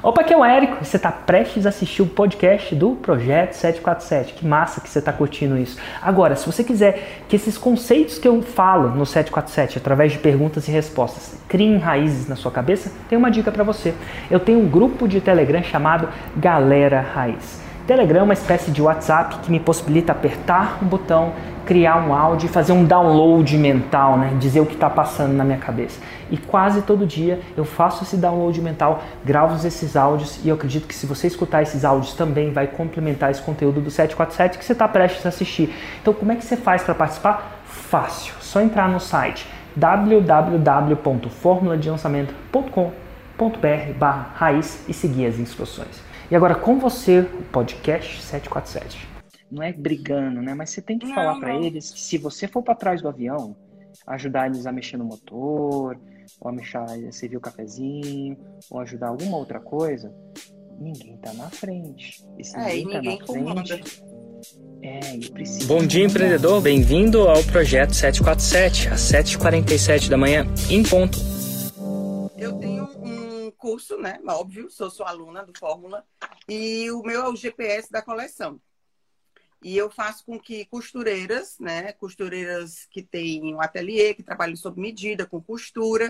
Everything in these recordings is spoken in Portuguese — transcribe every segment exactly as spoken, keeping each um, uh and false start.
Opa, aqui é o Érico. Você está prestes a assistir o podcast do Projeto sete quatro sete. Que massa que você está curtindo isso. Agora, se você quiser que esses conceitos que eu falo no sete quatro sete, através de perguntas e respostas, criem raízes na sua cabeça, tem uma dica para você. Eu tenho um grupo de Telegram chamado Galera Raiz. Telegram é uma espécie de WhatsApp que me possibilita apertar um botão, criar um áudio e fazer um download mental, né? Dizer o que está passando na minha cabeça. E quase todo dia eu faço esse download mental, gravo esses áudios e eu acredito que se você escutar esses áudios também vai complementar esse conteúdo do sete quatro sete que você está prestes a assistir. Então como é que você faz para participar? Fácil, só entrar no site w w w ponto formula de lançamento ponto com ponto b r barra raiz e seguir as instruções. E agora com você, o podcast sete quatro sete. Não é brigando, né? Mas você tem que Não, falar para não. eles que se você for para trás do avião, ajudar eles a mexer no motor, ou a mexer, a servir o cafezinho, ou ajudar alguma outra coisa, ninguém tá na frente. Esse É, e ninguém tá na ninguém comanda. frente. É, e precisa. Bom dia, empreendedor. Bem-vindo ao Projeto sete quatro sete, às sete e quarenta e sete da manhã, em ponto. Eu tenho um curso, né? Óbvio, sou sua aluna do Fórmula. E o meu é o G P S da coleção. E eu faço com que costureiras, né? Costureiras que têm um ateliê, que trabalham sob medida, com costura,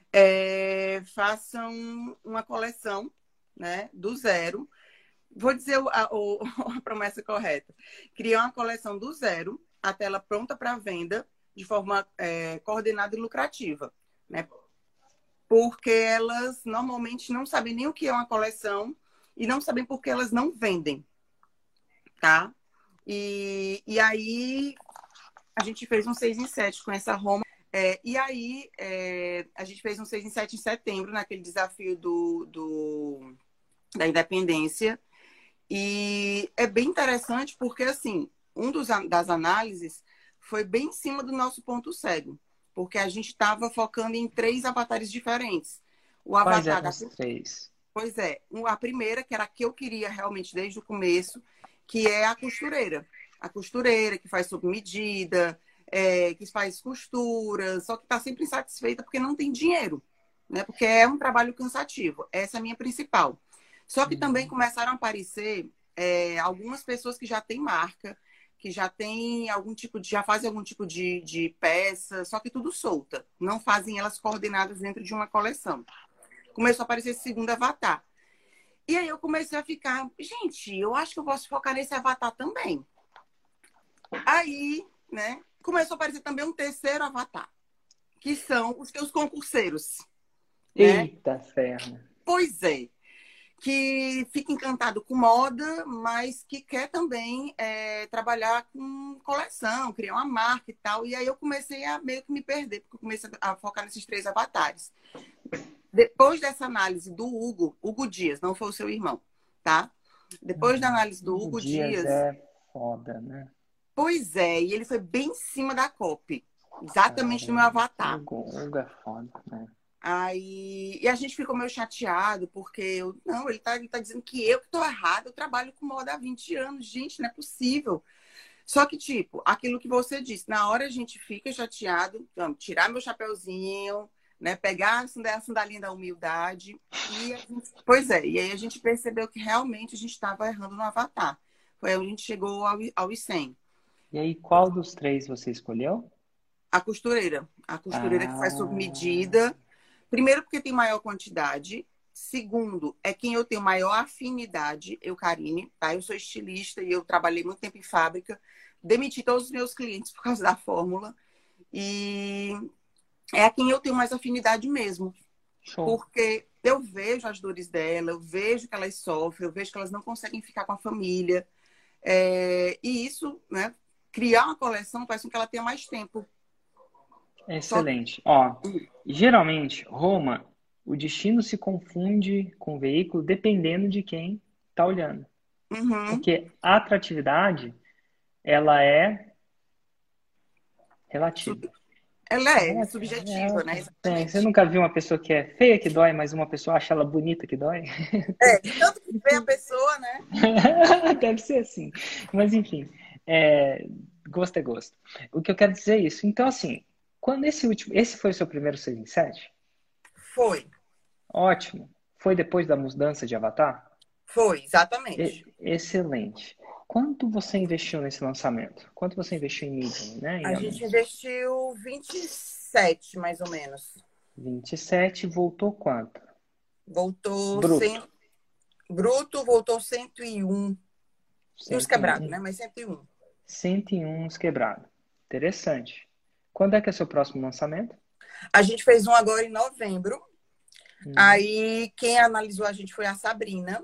é, façam uma coleção, né? Do zero. Vou dizer a, a, a promessa correta. Criar uma coleção do zero, até ela pronta para venda, de forma é, coordenada e lucrativa, né? Porque elas normalmente não sabem nem o que é uma coleção e não sabem por que elas não vendem, tá? E, e aí a gente fez um seis em sete com essa Roma. É, e aí é, a gente fez um seis em sete em setembro, naquele desafio do, do, da independência. E é bem interessante porque, assim, um dos, das análises foi bem em cima do nosso ponto cego. Porque a gente estava focando em três avatares diferentes. O Quais avatar eram da... os três? Pois é, a primeira, que era a que eu queria realmente desde o começo, que é a costureira. A costureira que faz sob medida, é, que faz costura, só que está sempre insatisfeita porque não tem dinheiro, né? Porque é um trabalho cansativo. Essa é a minha principal. Só que também começaram a aparecer é, algumas pessoas que já têm marca, que já tem algum tipo de, já fazem algum tipo de, de peça, só que tudo solta. Não fazem elas coordenadas dentro de uma coleção. Começou a aparecer esse segundo avatar. E aí eu comecei a ficar, gente, eu acho que eu posso focar nesse avatar também. Aí, né, começou a aparecer também um terceiro avatar, que são os teus concurseiros. Né? Eita ferro. Pois é. Que fica encantado com moda, mas que quer também é, trabalhar com coleção, criar uma marca e tal. E aí eu comecei a meio que me perder, porque eu comecei a focar nesses três avatares. Depois dessa análise do Hugo, Hugo Dias, não foi o seu irmão, tá? Depois da análise do Hugo, Hugo Dias... Dias é foda, né? Pois é, e ele foi bem em cima da copy, exatamente no meu avatar. Hugo, Hugo é foda, né? Aí, e a gente ficou meio chateado, porque eu, não, ele tá, ele tá dizendo que eu que tô errado, eu trabalho com moda há vinte anos, gente, não é possível. Só que, tipo, aquilo que você disse, na hora a gente fica chateado, vamos tirar meu chapeuzinho, né, pegar a sandalinha da humildade, e a gente, pois é, e aí a gente percebeu que realmente a gente estava errando no avatar. Foi aí onde a gente chegou ao, ao cem. E aí, qual dos três você escolheu? A costureira. A costureira ah. que faz sob medida. Primeiro, porque tem maior quantidade. Segundo, é quem eu tenho maior afinidade, eu, Karine, tá? Eu sou estilista e eu trabalhei muito tempo em fábrica. Demiti todos os meus clientes por causa da fórmula. E é a quem eu tenho mais afinidade mesmo. Show. Porque eu vejo as dores dela, eu vejo que elas sofrem, eu vejo que elas não conseguem ficar com a família. É... E isso, né? Criar uma coleção faz com que ela tenha mais tempo. Excelente. Só... Ó, geralmente, Roma, o destino se confunde com o veículo dependendo de quem está olhando. Uhum. Porque a atratividade, ela é relativa. Ela é, é subjetiva, é, né? É, você nunca viu uma pessoa que é feia que dói, mas uma pessoa acha ela bonita que dói? É, de tanto que vê a pessoa, né? Deve ser assim. Mas, enfim, é, gosto é gosto. O que eu quero dizer é isso. Então, assim, quando esse último... Esse foi o seu primeiro seis em sete? Foi. Ótimo. Foi depois da mudança de avatar? Foi, exatamente. E- excelente. Quanto você investiu nesse lançamento? Quanto você investiu em mídia, né? Em A gente anúncio? investiu vinte e sete, mais ou menos. vinte e sete, voltou quanto? Voltou Bruto. cem, bruto, voltou cento e um. E uns quebrados, cento e um. né? Mas cento e um. cento e um quebrado. Interessante. Quando é que é seu próximo lançamento? A gente fez um agora em novembro. Hum, Aí quem analisou a gente foi a Sabrina.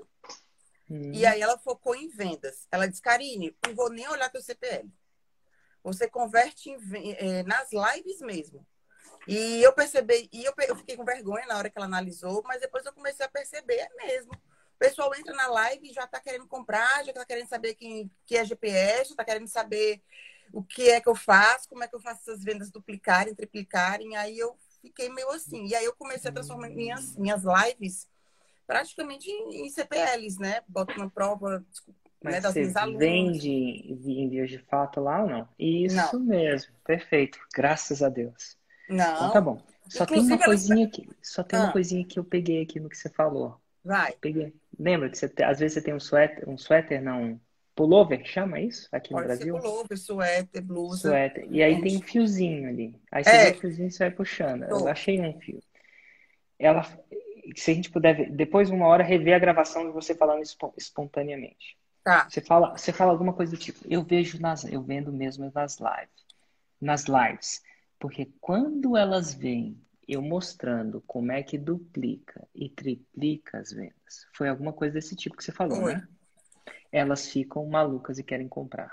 E hum. aí ela focou em vendas. Ela disse, Karine, não vou nem olhar teu C P L. Você converte em, ven- eh, nas lives mesmo. E eu percebi, e eu, pe- eu fiquei com vergonha na hora que ela analisou, mas depois eu comecei a perceber, é mesmo. O pessoal entra na live e já está querendo comprar, já está querendo saber quem, que é G P S, já está querendo saber o que é que eu faço, como é que eu faço essas vendas duplicarem, triplicarem. Aí eu fiquei meio assim. E aí eu comecei a transformar minhas, minhas lives praticamente em, em C P Ls, né? Boto uma prova, né, Mas das você minhas alunas. vende envios de fato lá ou não? Isso Não, mesmo, perfeito. Graças a Deus. Então tá não. bom. Só tem uma Inclusive, elas. coisinha aqui. Só tem uma Ah, coisinha que eu peguei aqui no que você falou. vai. Peguei. Lembra que você te- às vezes você tem um suéter, um suéter, não, um pullover, chama isso aqui no Pode ser Brasil? pullover, suéter, blusa. Suéter. E aí tem um Depende. fiozinho ali. Aí você vê o É, fiozinho e você vai puxando. Eu tô. achei um fio. Ela, se a gente puder ver, depois uma hora rever a gravação de você falando espo- espontaneamente. Tá. Você fala, você fala alguma coisa do tipo, eu vejo nas, eu vendo mesmo nas lives, nas lives, porque quando elas veem eu mostrando como é que duplica e triplica as vendas, foi alguma coisa desse tipo que você falou, Foi. né? Elas ficam malucas e querem comprar.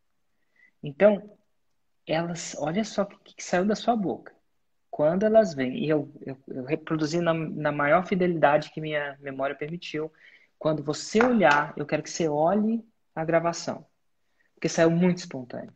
Então, elas, olha só o que, que saiu da sua boca. Quando elas vêm, e eu, eu, eu reproduzi na, na maior fidelidade que minha memória permitiu, quando você olhar, eu quero que você olhe a gravação, porque saiu muito espontâneo.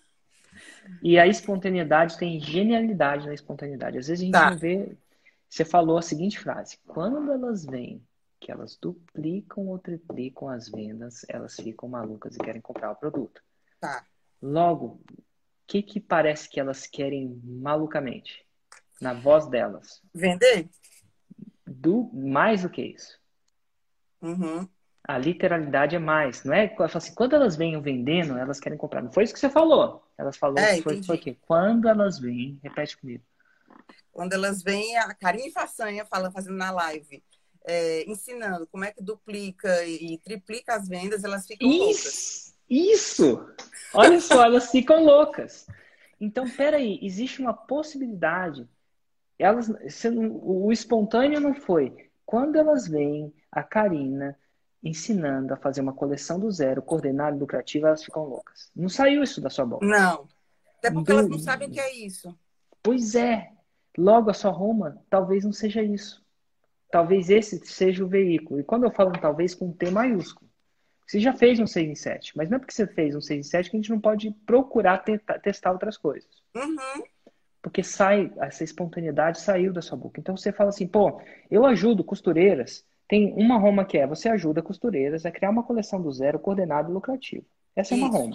E a espontaneidade tem genialidade na espontaneidade. Às vezes a gente Tá, não vê. Você falou a seguinte frase: quando elas veem que elas duplicam ou triplicam as vendas, elas ficam malucas e querem comprar o produto. tá. Logo, o que que parece que elas querem malucamente? Na voz delas. Vender? Do, mais do que isso. Uhum. A literalidade é mais. Não é? Ela fala assim, quando elas vêm vendendo, elas querem comprar. Não foi isso que você falou. Elas falou, É, foi, foi o entendi. quê? Quando elas vêm, repete comigo. Quando elas veem a Karine Façanha falando, fazendo na live, é, ensinando como é que duplica e triplica as vendas, elas ficam loucas. Isso! Isso! Olha só, elas ficam loucas. Então, peraí, existe uma possibilidade. Elas, você não- o espontâneo não foi. Quando elas veem a Karina ensinando a fazer uma coleção do zero, coordenada e lucrativa, elas ficam loucas. Não saiu isso da sua boca. Não. Até porque elas não sabem o Do, que é isso. pois é. Logo, a sua Roma talvez não seja isso. Talvez esse seja o veículo. E quando eu falo talvez com um T maiúsculo. Você já fez um seis em sete, mas não é porque você fez um seis em sete que a gente não pode procurar tentar, testar outras coisas. Uhum. Porque sai, essa espontaneidade saiu da sua boca. Então você fala assim, pô, eu ajudo costureiras. Tem uma Roma que é, você ajuda costureiras a criar uma coleção do zero coordenada e lucrativa. Essa é uma Isso. Roma.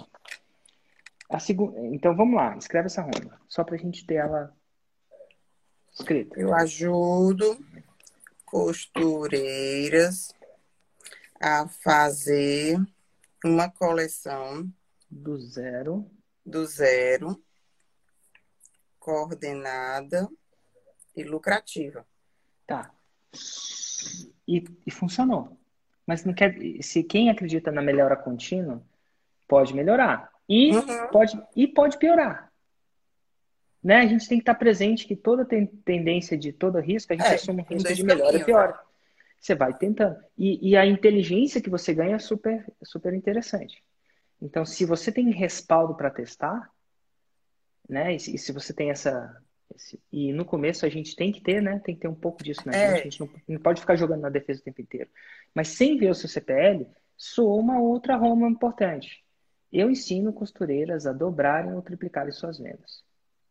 A segu... Então vamos lá, escreve essa Roma. Só pra gente ter ela escrita. Eu ajudo costureiras a fazer uma coleção Do zero. do zero, coordenada e lucrativa. Tá. E, e funcionou. Mas não quer. Se quem acredita na melhora contínua, pode melhorar. E Uhum. pode, e pode piorar. Né? A gente tem que estar presente que toda ten, tendência de todo risco, a gente É, assume um tem risco dois de melhora e caminhos, né? piora. Você vai tentando. E, e a inteligência que você ganha é super, super interessante. Então, se você tem respaldo para testar, né? E se, e se você tem essa. Esse, e no começo a gente tem que ter, né? Tem que ter um pouco disso na gente. A É, gente não, não pode ficar jogando na defesa o tempo inteiro. Mas sem ver o seu C P L, soa uma outra Roma importante. Eu ensino costureiras a dobrarem ou triplicarem suas vendas.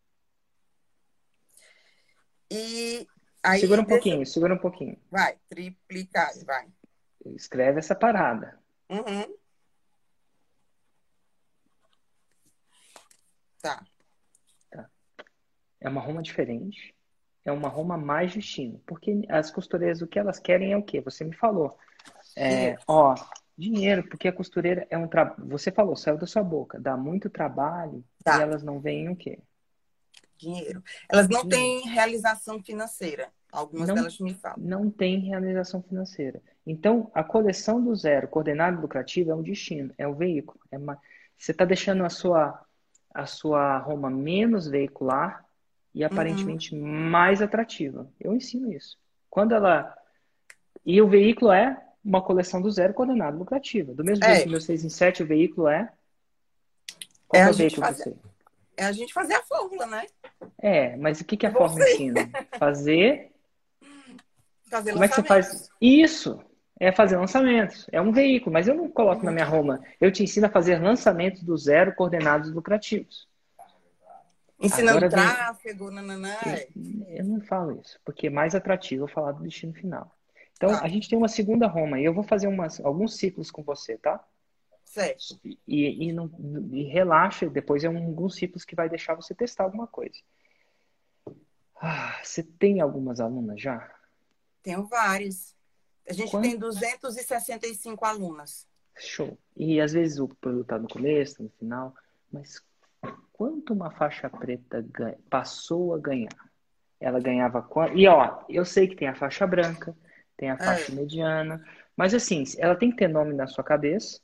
e Segura aí um deixa. pouquinho, segura um pouquinho. Vai, triplicar, vai. Escreve essa parada. Uhum. Tá. Tá? É uma Roma diferente. é uma Roma mais destino. Porque as costureiras, o que elas querem é o quê? Você me falou. É, Dinheiro. ó, dinheiro, porque a costureira é um trabalho. Você falou, saiu da sua boca, dá muito trabalho e Tá, elas não veem o quê? dinheiro. Elas não Dinheiro. têm realização financeira. Algumas Não, delas me falam. não tem realização financeira. Então, a coleção do zero, coordenado lucrativo, é um destino, é o veículo. É uma... Você está deixando a sua, a sua Roma menos veicular e Uhum. aparentemente mais atrativa. Eu ensino isso. Quando ela. E o veículo é uma coleção do zero coordenado lucrativa. Do mesmo jeito É, que o meu seis em sete, o veículo é. Qual é que é a o gente veículo do fazer, você? é a gente fazer a fórmula, né? É, mas o que que Com a forma você. ensina? Fazer. Fazer Como é que você faz? lançamentos. Isso! É fazer lançamentos. É um veículo, mas eu não coloco na Uhum. minha Roma. Eu te ensino a fazer lançamentos do zero coordenados lucrativos. Ensinando Agora vem. tráfego, nananã. É. Eu não falo isso, porque é mais atrativo eu falar do destino final. Então, a Tá, gente tem uma segunda Roma e eu vou fazer umas, alguns ciclos com você, tá? certo. E, e, não, e relaxa, depois é um, alguns ciclos que vai deixar você testar alguma coisa. Ah, você tem algumas alunas já? Tenho vários. A gente tem Quanto? duzentas e sessenta e cinco alunas. Show. E às vezes o produto está no começo, tá no final, mas quanto uma faixa preta ganha- passou a ganhar? Ela ganhava quanto? E ó, eu sei que tem a faixa branca, tem a faixa É, mediana, mas assim, ela tem que ter nome na sua cabeça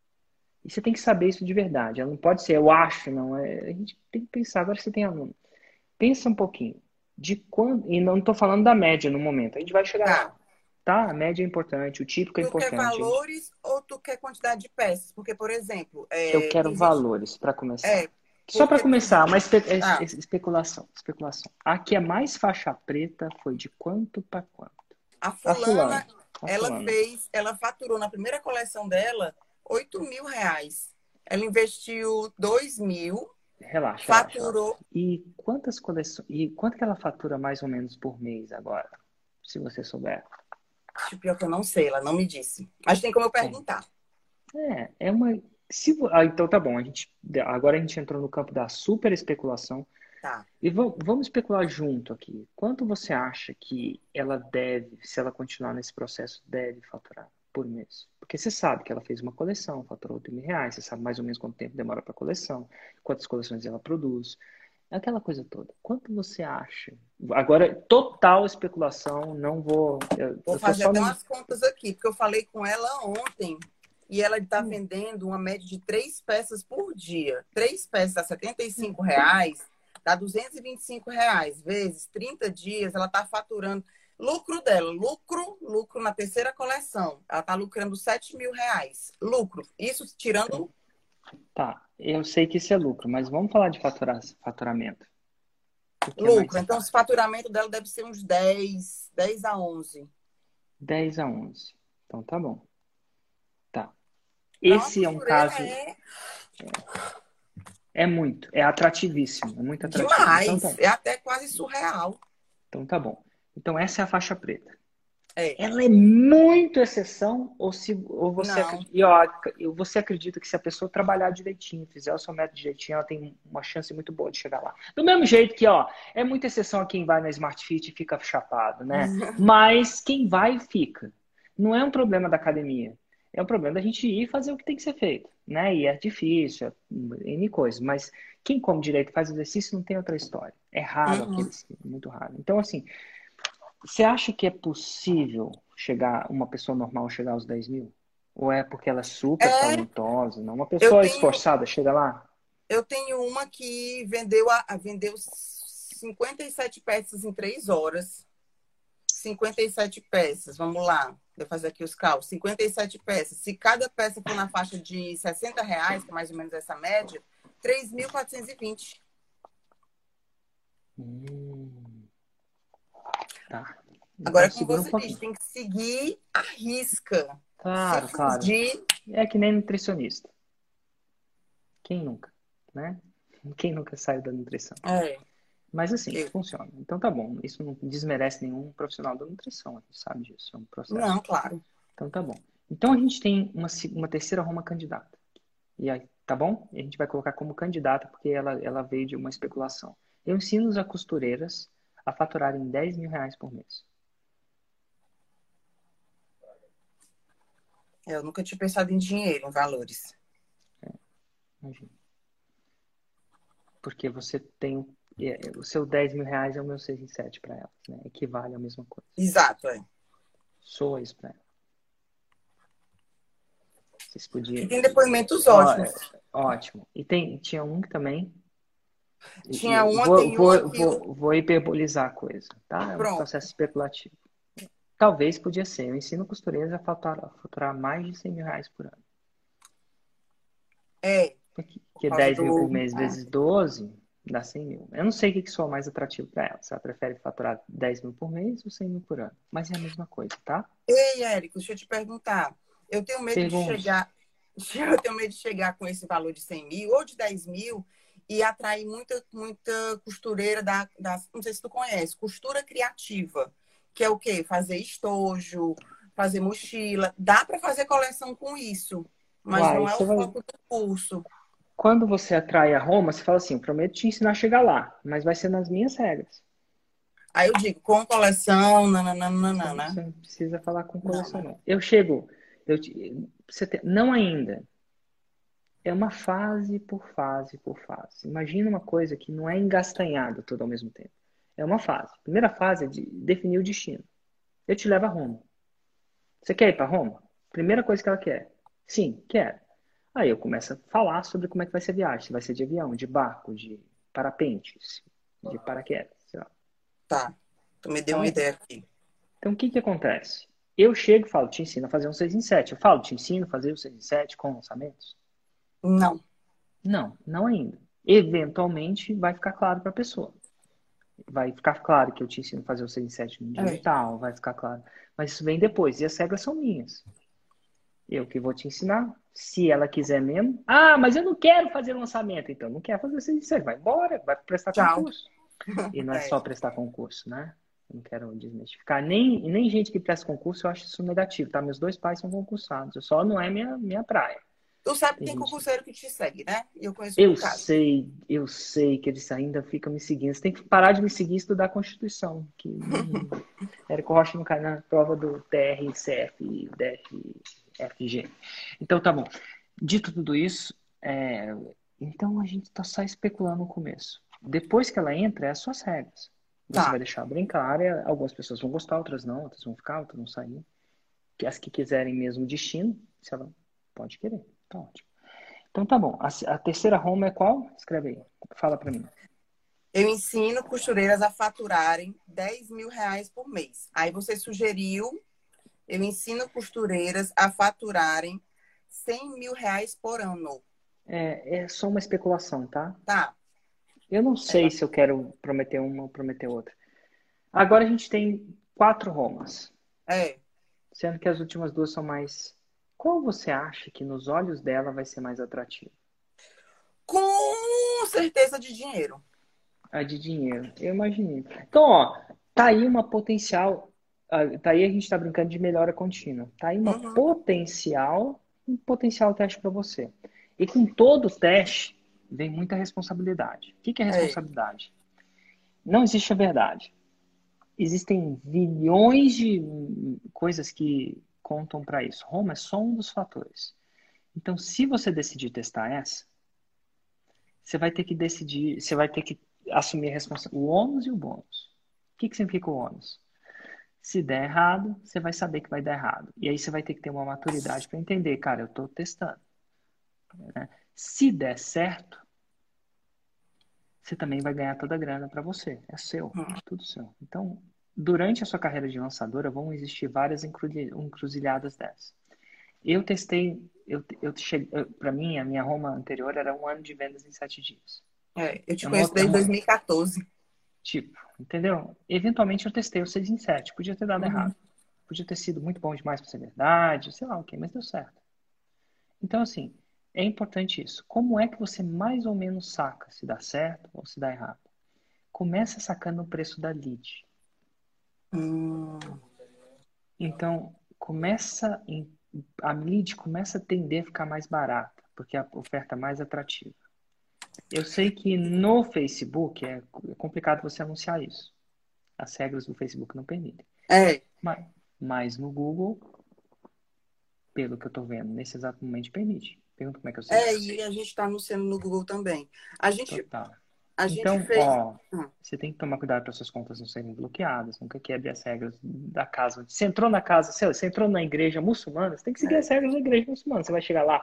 e você tem que saber isso de verdade. Ela não pode ser, eu acho, não. É, a gente tem que pensar, agora você tem aluno. Pensa um pouquinho de quando, e não estou falando da média no momento, a gente vai chegar lá, tá. tá? A média é importante, o típico é Tu quer importante. A gente, valores ou tu quer quantidade de peças? Porque, por exemplo, eu é, quero existe. valores para começar. É, Só para porque tu. começar, uma espe é- é- Ah, especulação, especulação. A que é mais faixa preta foi de quanto para quanto? a A fulana, fulana, a ela fulana. fez, ela faturou na primeira coleção dela oito mil reais. Ela investiu dois mil, Relaxa, relaxa, relaxa. faturou. E quantas coleções, e quanto que ela fatura mais ou menos por mês agora? Se você souber. Tipo, pior que eu não sei, ela não me disse. Mas tem como eu É, perguntar. é, é uma. Se, vo- ah, então tá bom. A gente, agora a gente entrou no campo da super especulação. Tá. E vamos, vamos especular junto aqui. Quanto você acha que ela deve, se ela continuar nesse processo, deve faturar por mês? Porque você sabe que ela fez uma coleção, faturou oito mil reais, você sabe mais ou menos quanto tempo demora para a coleção, quantas coleções ela produz, aquela coisa toda. Quanto você acha? Agora, total especulação, não vou. Eu, Vou eu tô fazer só até no. umas contas aqui, porque eu falei com ela ontem e ela está Hum, vendendo uma média de três peças por dia. Três peças a setenta e cinco reais, dá duzentos e vinte e cinco reais. Vezes trinta dias, ela está faturando. Lucro dela, lucro, lucro na terceira coleção. Ela está lucrando sete mil reais. Lucro. Isso tirando Tá, eu sei que isso é lucro, mas vamos falar de faturar, faturamento. O que é lucro. mais Então, o fácil? faturamento dela deve ser uns dez, dez a onze. Dez a onze. Então tá bom. Tá. Para uma Esse é um costureira caso. é É muito, é atrativíssimo, é muito atrativo. Então tá, demais. É até quase surreal. então tá bom. Então essa é a faixa preta. É. Ela é muito exceção ou se ou você Não. acredita, e ó, eu- você acredita que se a pessoa trabalhar direitinho, fizer o seu método direitinho, ela tem uma chance muito boa de chegar lá. Do mesmo jeito que, ó, é muita exceção a quem vai na Smart Fit e fica chapado, né? Mas quem vai fica. Não é um problema da academia. É um problema da gente ir fazer o que tem que ser feito, né? E é difícil, é N coisas, mas quem come direito e faz exercício não tem outra história. É raro Uhum. aqueles, muito raro. Então, assim, você acha que é possível chegar, uma pessoa normal chegar aos dez mil? Ou é porque ela é super É, talentosa? Não? Uma eu pessoa tenho, esforçada chega lá? eu tenho uma que vendeu, a, a- vendeu cinquenta e sete peças em três horas. cinquenta e sete peças, vamos lá. Vou fazer aqui os cálculos. cinquenta e sete peças. Se cada peça for na faixa de sessenta reais, que é mais ou menos essa média, três mil quatrocentos e vinte. Hum, tá. Então Agora, como segura um você pouquinho. disse, tem que seguir a risca. Se Claro, claro. fugir, É que nem nutricionista. Quem nunca, né? Quem nunca saiu da nutrição? é, Mas assim, eu. funciona. Então tá bom. Isso não desmerece nenhum profissional da nutrição. A gente sabe disso. É um processo. Não, claro. Então tá bom. Então a gente tem uma, se- uma terceira Roma candidata. E aí, tá bom? E a gente vai colocar como candidata porque ela, ela veio de uma especulação. Eu ensino as costureiras a faturarem dez mil reais por mês. Eu nunca tinha pensado em dinheiro, em valores. Imagina. Porque você tem... O seu dez mil reais é o meu seis em sete para elas, né? Equivale à mesma coisa. Exato, é. Soa isso para elas. Vocês podiam... E tem depoimentos Ó, ótimos. ótimo. E tem, tinha um que também... Tinha uma, vou, tem vou, uma que... vou, vou hiperbolizar a coisa, tá? É um Pronto. processo especulativo. Talvez podia ser. Eu ensino costureiras a faturar, a faturar mais de cem mil reais por ano. É. Que dez mil por mês vezes doze dá cem mil. Eu não sei o que, que soa mais atrativo para ela. Se ela prefere faturar dez mil por mês ou cem mil por ano. Mas é a mesma coisa, tá? Ei, Érico, deixa eu te perguntar. Eu tenho medo Pergunte. de chegar... Eu tenho medo de chegar com esse valor de cem mil ou de dez mil e atrair muita, muita costureira da, da... Não sei se tu conhece. Costura criativa. Que é o quê? Fazer estojo, fazer mochila. Dá para fazer coleção com isso. Mas Uai, não é o vai... foco do curso. Quando você atrai a Roma, você fala assim, prometo te ensinar a chegar lá, mas vai ser nas minhas regras. Aí eu digo, com coleção, nananana, né? Você não precisa falar com coleção, não. Eu chego, eu, você tem, não ainda. É uma fase por fase por fase. Imagina uma coisa que não é engastanhada tudo ao mesmo tempo. É uma fase. A primeira fase é de definir o destino. Eu te levo a Roma. Você quer ir para Roma? Primeira coisa que ela quer. Sim, quero. Aí eu começo a falar sobre como é que vai ser a viagem. Se vai ser de avião, de barco, de parapentes, de paraquedas, sei lá. Tá. Tu me deu Então, uma ideia aqui. Então, o que que acontece? Eu chego e falo, te ensino a fazer um seis em sete. Eu falo, te ensino a fazer o seis em sete com lançamentos? Não. Não, não ainda. Eventualmente vai ficar claro para a pessoa. Vai ficar claro que eu te ensino a fazer o seis em sete no digital, é. vai ficar claro. Mas isso vem depois. E as regras são minhas. Eu que vou te ensinar. Se ela quiser mesmo. Ah, mas eu não quero fazer lançamento. Então, não quer fazer seis em sete. Vai embora, vai prestar Tchau. concurso. E não é, é só prestar concurso, né? Não quero desmistificar. Nem, nem gente que presta concurso, eu acho isso negativo, tá? Meus dois pais são concursados. Só não é minha, minha praia. Tu sabe que tem, tem concurseiro que te segue, né? Eu conheço Eu um caso. sei, eu sei que eles ainda ficam me seguindo. Você tem que parar de me seguir e estudar a Constituição. Que hum, Érico Rocha não cai na prova do T R C F e D F G. Então tá bom. Dito tudo isso, é... então a gente tá só especulando no começo. Depois que ela entra, é as suas regras. Você Tá. vai deixar brincar, algumas pessoas vão gostar, outras não, outras vão ficar, outras vão sair. As que quiserem mesmo destino, se ela pode querer, tá ótimo. Então tá bom. A, a terceira Roma é qual? Escreve aí. Fala pra mim. Eu ensino costureiras a faturarem dez mil reais por mês. Aí você sugeriu, eu ensino costureiras a faturarem cem mil reais por ano. É, é só uma especulação, tá? Tá. Eu não sei é. se eu quero prometer uma ou prometer outra. Agora a gente tem quatro Romas. É. Sendo que as últimas duas são mais... Qual você acha que nos olhos dela vai ser mais atrativo? Com certeza de dinheiro. A de dinheiro, eu imaginei. Então, ó, tá aí uma potencial... Tá aí a gente tá brincando de melhora contínua. Tá aí uma Uhum. potencial... Um potencial teste para você. E com todo teste, vem muita responsabilidade. O que, que é responsabilidade? É. Não existe a verdade. Existem bilhões de coisas que contam para isso. Roma é só um dos fatores. Então, se você decidir testar essa, você vai ter que decidir, você vai ter que assumir a responsabilidade, o ônus e o bônus. O que, que significa o ônus? Se der errado, você vai saber que vai dar errado. E aí você vai ter que ter uma maturidade para entender, cara, eu estou testando. Né? Se der certo, você também vai ganhar toda a grana para você. É seu, é tudo seu. Então, durante a sua carreira de lançadora, vão existir várias encruzilhadas dessas. Eu testei, eu, eu cheguei, para mim, a minha Roma anterior era um ano de vendas em sete dias. É, eu te é conheço uma, desde é uma, dois mil e quatorze. Tipo, entendeu? Eventualmente eu testei o seis em sete. Podia ter dado Uhum. errado. Podia ter sido muito bom demais para ser verdade, sei lá o que, mas deu certo. Então, assim, é importante isso. Como é que você mais ou menos saca se dá certo ou se dá errado? Começa sacando o preço da lead. Hum. Então, começa em, a lead começa a tender a ficar mais barata, porque a oferta é mais atrativa. Eu sei que no Facebook é complicado você anunciar isso. As regras do Facebook não permitem. É. Mas, mas no Google, pelo que eu estou vendo, nesse exato momento permite. Pergunta como é que eu sei. É, e a gente está anunciando no Google também. A gente, Total. a gente Então, fez. ó, Hum. você tem que tomar cuidado para suas contas não serem bloqueadas, nunca quebre as regras da casa. Você entrou na casa, sei lá, você entrou na igreja muçulmana, você tem que seguir É. as regras da igreja muçulmana. Você vai chegar lá,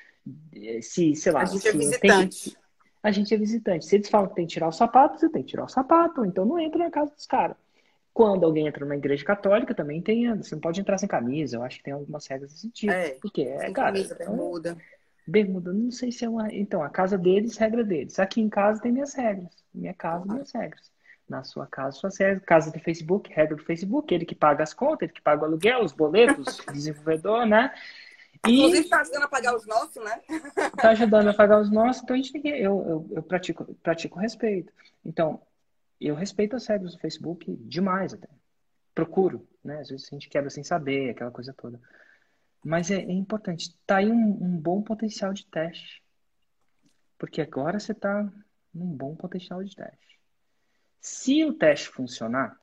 se, sei A lá, gente é se tem que... visitante. A gente é visitante. Se eles falam que tem que tirar o sapato, você tem que tirar o sapato, ou então não entra na casa dos caras. Quando alguém entra numa igreja católica, também tem, você não pode entrar sem camisa, eu acho que tem algumas regras desse tipo. É. Porque, é, Sem cara, camisa, então, bermuda. bermuda, não sei se é uma. Então, a casa deles, regra deles. Aqui em casa tem minhas regras. Minha casa, minhas regras. Na sua casa, suas regras. Casa do Facebook, regra do Facebook. Ele que paga as contas, ele que paga o aluguel, os boletos, desenvolvedor, né? Inclusive, E está ajudando a pagar os nossos, né? tá ajudando a pagar os nossos, então a gente tem que. Eu, eu, eu pratico, pratico respeito. Então, eu respeito as regras do Facebook demais até. Procuro, né? Às vezes a gente quebra sem saber, aquela coisa toda. Mas é, é importante. Tá aí um, um bom potencial de teste. Porque agora você está num bom potencial de teste. Se o teste funcionar,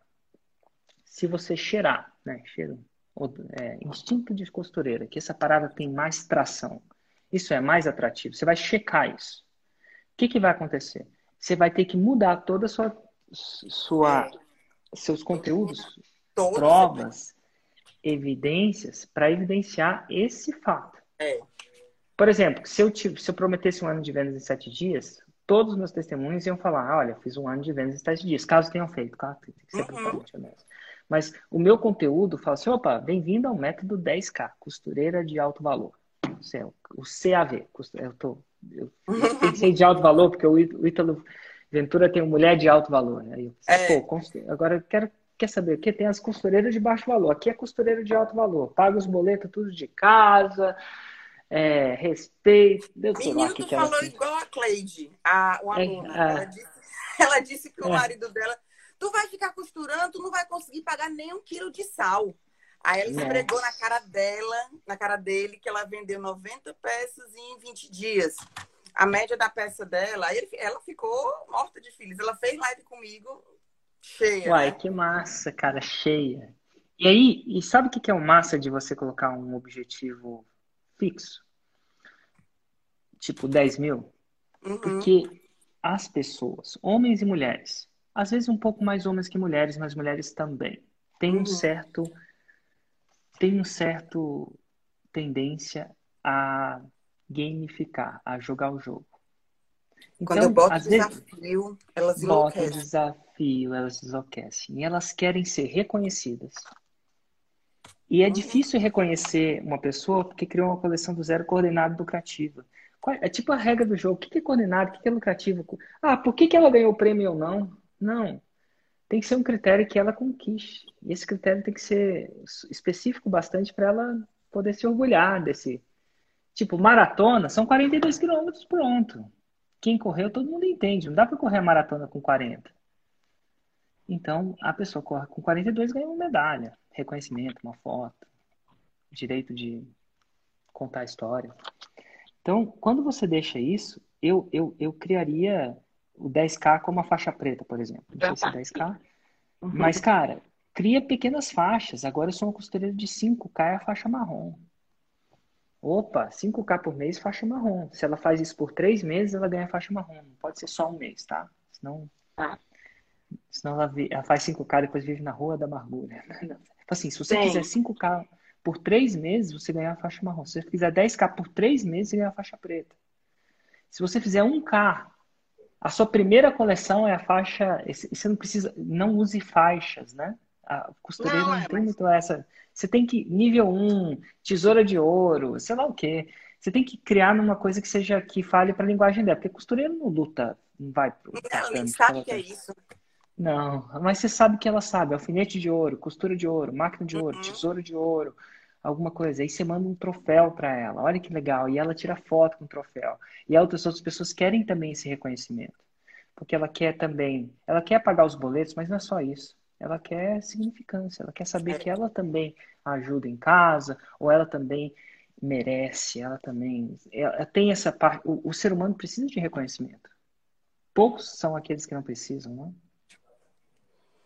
se você cheirar, né? Cheiro, é, instinto de costureira, que essa parada tem mais tração, isso é mais atrativo, você vai checar isso. O que, que vai acontecer? Você vai ter que mudar toda a sua, sua seus conteúdos, Todos. provas, evidências, para evidenciar esse fato. É. Por exemplo, se eu, te, se eu prometesse um ano de vendas em sete dias, todos os meus testemunhos iam falar, olha, fiz um ano de vendas em sete dias, caso tenham feito, claro, tem que ser Uhum. brutalmente honesto. Mas o meu conteúdo fala assim, opa, bem-vindo ao método dez K, costureira de alto valor. O C A V, eu, tô, eu, eu pensei de alto valor, porque o Ítalo Ventura tem uma mulher de alto valor. Aí eu pensei, É. pô, agora eu quero, quer saber o que? Tem as costureiras de baixo valor, aqui é costureira de alto valor, paga os boletos tudo de casa... É, respeito, Deus sei lá o Menino, que tu que ela falou tem. igual a Cleide, a, uma É, aluna. Ela é, disse, ela disse que o é. marido dela, tu vai ficar costurando, tu não vai conseguir pagar nem um quilo de sal. Aí ela esfregou na cara dela, na cara dele, que ela vendeu noventa peças em vinte dias. A média da peça dela, aí ela ficou morta de filhos. Ela fez live comigo, cheia, Uai, né? que massa, cara, cheia. E aí, e sabe o que que é o massa de você colocar um objetivo fixo? Tipo dez mil? Uhum. Porque as pessoas, homens e mulheres, às vezes um pouco mais homens que mulheres, mas mulheres também, tem um Uhum. certo, tem um certo tendência a gamificar, a jogar o jogo. Quando eu Então, boto às vezes, desafio, elas bota enlouquecem. desafio, elas enlouquecem. E elas querem ser reconhecidas. E é Uhum. difícil reconhecer uma pessoa porque criou uma coleção do zero coordenada lucrativa. É tipo a regra do jogo. O que é coordenado? O que é lucrativo? Ah, por que que ela ganhou o prêmio ou não? Não. Tem que ser um critério que ela conquiste. E esse critério tem que ser específico bastante para ela poder se orgulhar desse. Tipo, maratona são quarenta e dois quilômetros, pronto. Quem correu, todo mundo entende. Não dá para correr a maratona com quarenta. Então, a pessoa corre com quarenta e dois e ganha uma medalha, reconhecimento, uma foto, direito de contar a história. Então, quando você deixa isso, eu, eu, eu criaria o dez K como a faixa preta, por exemplo. Não sei se é dez K, mas, cara, cria pequenas faixas. Agora eu sou um costureiro de cinco K, é a faixa marrom. Opa, cinco K por mês, faixa marrom. Se ela faz isso por três meses, ela ganha faixa marrom. Não pode ser só um mês, tá? Senão, senão ela, vi, ela faz cinco K e depois vive na rua da amargura. Assim, se você Tem. fizer cinco K por três meses, você ganha a faixa marrom. Se você fizer dez K por três meses, você ganha a faixa preta. Se você fizer um K, a sua primeira coleção é a faixa... Você não precisa... Não use faixas, né? A costureira Não, não é, tem mas muito essa... Você tem que... Nível um, tesoura de ouro, sei lá o quê. Você tem que criar numa coisa que seja... Que fale para a linguagem dela. Porque costureira não luta, não vai pro ela nem tatame sabe ficar o que é lutando. isso. Não, mas você sabe que ela sabe. Alfinete de ouro, costura de ouro, máquina de ouro, Uhum. tesouro de ouro, alguma coisa. Aí você manda um troféu para ela. Olha que legal. E ela tira foto com o troféu. E outras outras pessoas querem também esse reconhecimento. Porque ela quer também... Ela quer pagar os boletos, mas não é só isso. Ela quer significância. Ela quer saber que É. ela também ajuda em casa, ou ela também merece, ela também... Ela tem essa parte... O, o ser humano precisa de reconhecimento. Poucos são aqueles que não precisam, não?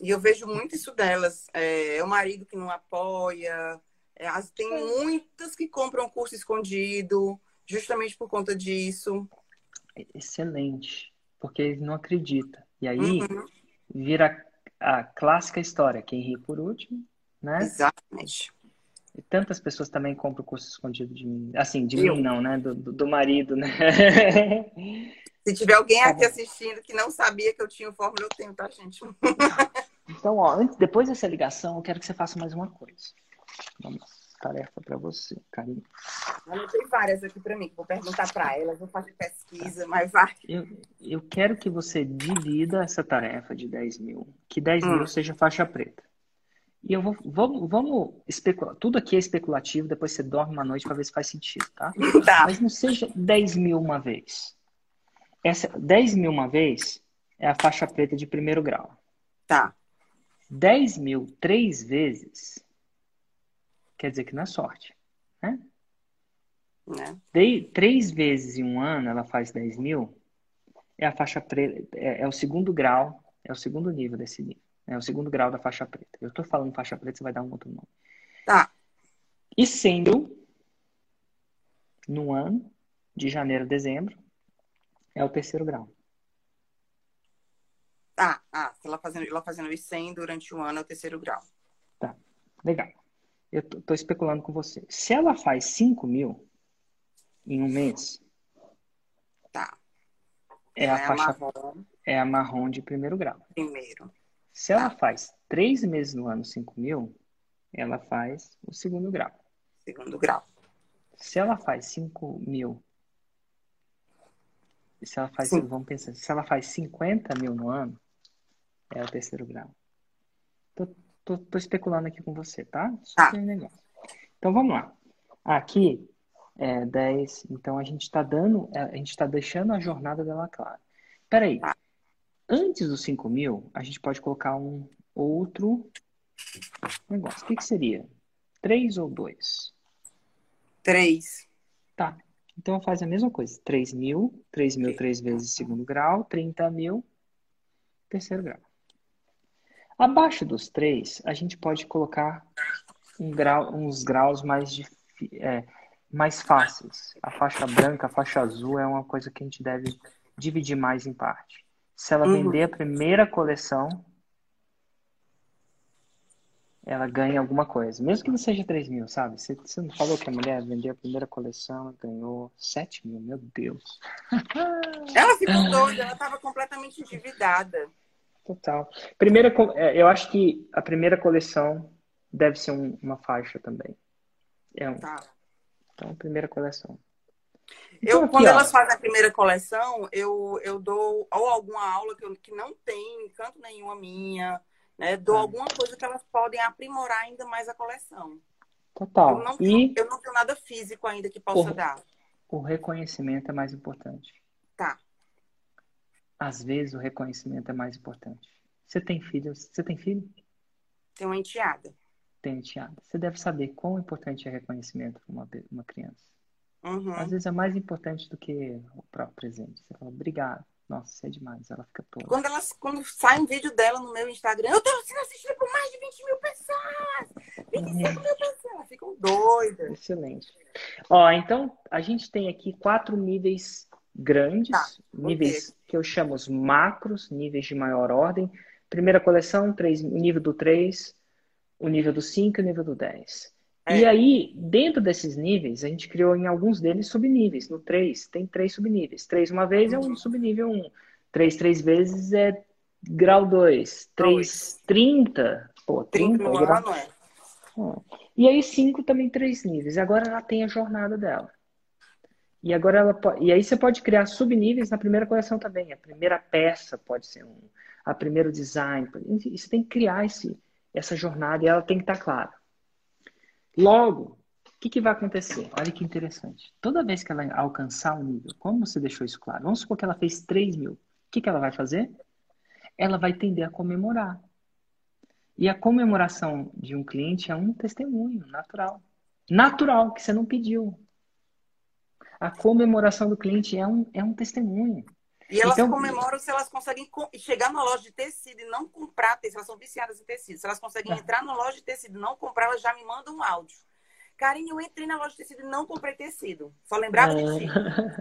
E eu vejo muito isso delas. É, é o marido que não apoia. É, as, tem muitas que compram curso escondido, justamente por conta disso. Excelente, porque eles não acreditam. E aí Uhum, vira a clássica história, quem ri por último, né? exatamente. E tantas pessoas também compram o curso escondido de mim. Assim, de mim Eu. não, né? Do, do, do marido, né? Se tiver alguém Tá aqui bom. assistindo que não sabia que eu tinha o Fórmula, eu tenho, tá, gente? Tá. Então, ó, antes, depois dessa ligação, eu quero que você faça mais uma coisa. Vamos lá. Tarefa para você, carinho. Anotei várias aqui para mim, que vou perguntar para elas, vou fazer Tá. pesquisa, mas vai. Eu, eu quero que você divida essa tarefa de dez mil, que dez Hum, mil seja faixa preta. E eu vou, vamos, vamos especular. Tudo aqui é especulativo, depois você dorme uma noite para ver se faz sentido, tá? tá, Mas não seja dez mil uma vez. Essa dez mil uma vez é a faixa preta de primeiro grau. tá. dez mil três vezes quer dizer que não é sorte, né? Né? Dei, três vezes em um ano ela faz dez mil, é a faixa preta, é, é o segundo grau, é o segundo nível desse nível. É o segundo grau da faixa preta. Eu tô falando faixa preta, você vai dar um outro nome. Tá, E cem mil no ano, de janeiro a dezembro, é o terceiro grau. tá. Ah, ela fazendo, ela fazendo os cem durante um ano é o terceiro grau. Tá, legal. Eu tô, tô especulando com você. Se ela faz cinco mil em um mês, Tá. é Ela a é a faixa, marrom é a marrom de primeiro grau. primeiro. Se ela Tá, faz três meses no ano cinco mil, ela faz o segundo grau. segundo grau. Se ela faz cinco mil, se ela faz, Sim. vamos pensar, se ela faz cinquenta mil no ano, é o terceiro grau. Tô, tô, tô especulando aqui com você, tá? Só Tá, aquele negócio. Então vamos lá. Aqui é dez, então a gente está dando, a gente está deixando a jornada dela clara. Peraí, tá. antes dos cinco mil, a gente pode colocar um outro negócio. O que que seria? Três ou dois? Três. Tá. Então faz a mesma coisa. Três mil, três mil três vezes segundo grau, trinta mil, terceiro grau. Abaixo dos três, a gente pode colocar um grau, uns graus mais, é, mais fáceis. A faixa branca, a faixa azul é uma coisa que a gente deve dividir mais em parte. Se ela Uhum. vender a primeira coleção, ela ganha alguma coisa. Mesmo que não seja três mil, sabe? Você, você não falou que a mulher vendeu a primeira coleção e ganhou sete mil? Meu Deus. Ela ficou doida, ela estava completamente endividada. Total. Primeira, eu acho que a primeira coleção deve ser um, uma faixa também. É um, Tá. então, primeira coleção. Então Eu, aqui, quando elas ó. fazem a primeira coleção, eu, eu dou ou alguma aula que, eu, que não tem canto nenhuma minha, né? Dou Tá. alguma coisa que elas podem aprimorar ainda mais a coleção. Eu Total. não tenho, E eu não tenho nada físico ainda que o, possa dar. o reconhecimento é mais importante. Tá. Às vezes o reconhecimento é mais importante. Você tem filho? Você tem filho? Tem uma enteada. Tem enteada. Você deve saber quão importante é reconhecimento para uma, uma criança. Às Uhum. vezes é mais importante do que o próprio presente. Você fala, obrigado. Nossa, isso é demais. Ela fica toda. Quando, elas, quando sai um vídeo dela no meu Instagram, eu tô sendo assistida por mais de vinte mil pessoas! vinte e cinco mil pessoas! Elas ficam doidas. Excelente. Ó, então a gente tem aqui quatro níveis Tá. grandes, Ok. níveis que eu chamo os macros, níveis de maior ordem. Primeira coleção, três, o nível do três, o nível do cinco e o nível do dez. E É. aí, dentro desses níveis, a gente criou em alguns deles subníveis. No três, tem três subníveis. três uma vez é um Uhum. subnível um. três, três vezes é grau dois. três, Dois. trinta. Pô, trinta trinta é no grau. ano, é. Ah. E aí cinco também três níveis. Agora ela tem a jornada dela. E agora ela pode, e aí você pode criar subníveis na primeira coleção também. A primeira peça pode ser um, a primeiro design. Enfim, você tem que criar esse, essa jornada e ela tem que estar clara. Logo, o que, que vai acontecer? Olha que interessante. Toda vez que ela alcançar um nível, como você deixou isso claro? Vamos supor que ela fez três mil. O que, que ela vai fazer? Ela vai tender a comemorar. E a comemoração de um cliente é um testemunho natural. Natural, que você não pediu. A comemoração do cliente é um, é um testemunho. E elas Então, comemoram se elas conseguem chegar na loja de tecido e não comprar tecido. Elas são viciadas em tecido. Se elas conseguem entrar na loja de tecido e não comprar, elas já me mandam um áudio. Karine, eu entrei na loja de tecido e não comprei tecido. Só lembrava de ti.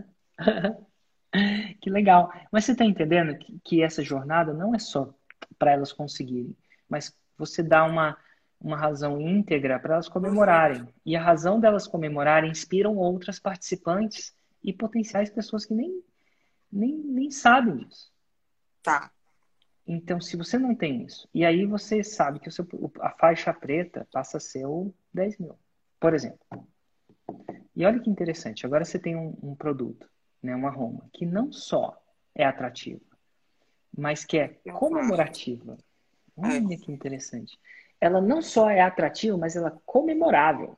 Que legal. Mas você está entendendo que, que essa jornada não é só para elas conseguirem, mas você dá uma, uma razão íntegra para elas comemorarem. E a razão delas comemorarem inspiram outras participantes e potenciais pessoas que nem, nem, nem sabem disso. Tá. Então, se você não tem isso, e aí você sabe que o seu, a faixa preta passa a ser o dez mil, por exemplo. E olha que interessante, agora você tem um, um produto, né, uma Roma, que não só é atrativa, mas que é comemorativa. Olha que interessante. Ela não só é atrativa, mas ela é comemorável.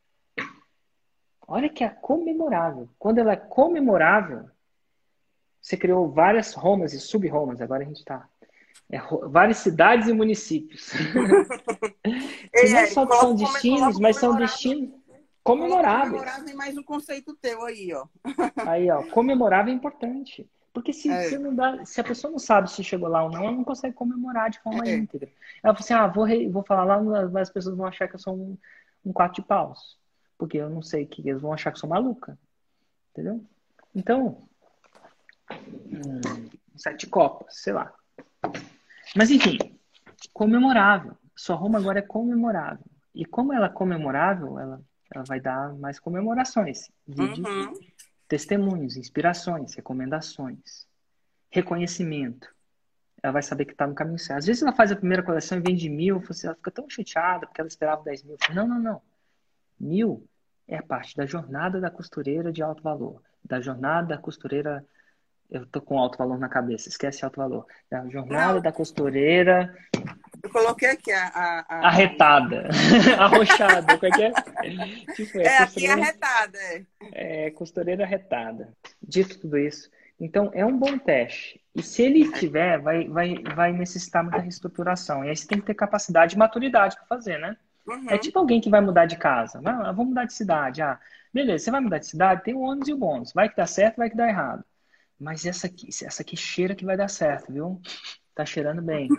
Olha que é comemorável. Quando ela é comemorável, você criou várias Romas e sub-Romas, agora a gente está... É, várias cidades e municípios. Que Ei, não Érico, só são coloca, destinos, mas são destinos comemoráveis. Comemorável e mais um conceito teu aí, ó. Aí, ó, comemorável é importante. Porque se, É. se, não dá, se a pessoa não sabe se chegou lá ou não, ela não consegue comemorar de forma É. íntegra. Ela fala assim, ah, vou, re, vou falar lá, mas as pessoas vão achar que eu sou um, um quatro de paus. Porque eu não sei que eles vão achar que eu sou maluca. Entendeu? Então, hum, sete copas, sei lá. Mas enfim, comemorável. Sua Roma agora é comemorável. E como ela é comemorável, ela, ela vai dar mais comemorações. Vídeo, Uhum. testemunhos, inspirações, recomendações, reconhecimento. Ela vai saber que está no caminho certo. Às vezes ela faz a primeira coleção e vende mil, ela fica tão chateada porque ela esperava dez mil. Não, não, não. Mil é a parte da jornada da costureira de alto valor. Da jornada da costureira... Eu tô com alto valor na cabeça, esquece alto valor. Da jornada Não, da costureira... eu coloquei aqui a... a, a... Arretada. Arrochada. Como é que é? Tipo, é, É, aqui é costureira... arretada. É. É, costureira arretada. Dito tudo isso, então é um bom teste. E se ele tiver, vai, vai, vai necessitar muita reestruturação. E aí você tem que ter capacidade e maturidade para fazer, né? Uhum. É tipo alguém que vai mudar de casa. Vai, vamos mudar de cidade. Ah, beleza, você vai mudar de cidade, tem o ônus e o bônus. Vai que dá certo, vai que dá errado. Mas essa aqui, essa aqui cheira que vai dar certo, viu? Tá cheirando bem.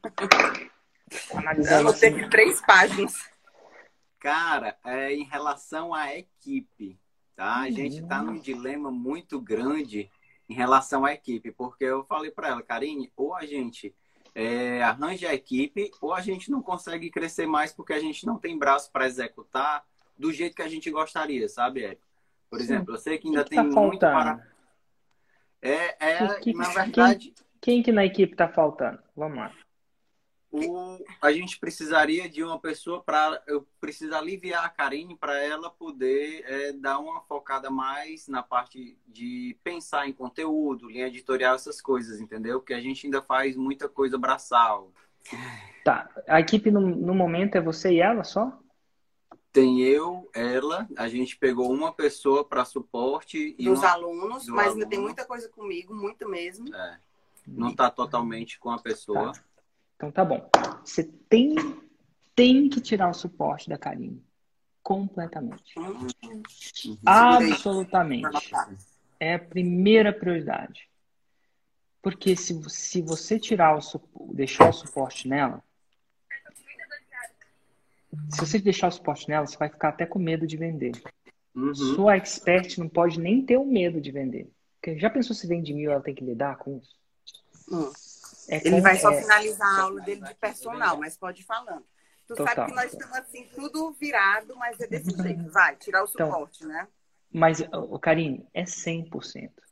Analisando Eu vou ter assim. que três páginas. Cara, é, em relação à equipe, tá? A gente tá num dilema muito grande em relação à equipe, porque eu falei para ela, Karine, ou a gente é, arranja a equipe, ou a gente não consegue crescer mais porque a gente não tem braço para executar do jeito que a gente gostaria, sabe, Érico? Por Sim. exemplo, eu sei que ainda que que tem tá muito faltando? para... É, é Que, que, na verdade... Quem, quem que na equipe tá faltando? Vamos lá. O, a gente precisaria de uma pessoa para eu preciso aliviar a Karine para ela poder é, dar uma focada mais na parte de pensar em conteúdo, linha editorial, essas coisas, entendeu? Porque a gente ainda faz muita coisa braçal. Tá. A equipe no, no momento é você e ela só? Tem eu, ela, a gente pegou uma pessoa para suporte e Dos uma, alunos, do mas aluno. ainda tem muita coisa comigo, muita mesmo. É, não está totalmente com a pessoa. Tá. Então tá bom. Você tem, tem que tirar o suporte da Karine. Completamente. Uhum. Absolutamente. É a primeira prioridade. Porque se, se você tirar o deixar o suporte nela, se você deixar o suporte nela, você vai ficar até com medo de vender. Uhum. Sua expert não pode nem ter o medo de vender. Porque já pensou se vende mil, ela tem que lidar com isso? Hum. É Ele com, vai só é... finalizar a aula dele de personal, mas pode ir falando. Tu Total. sabe que nós estamos assim, tudo virado, mas é desse jeito. Vai, tirar o suporte, então, né? Mas, o Karine, é cem por cento.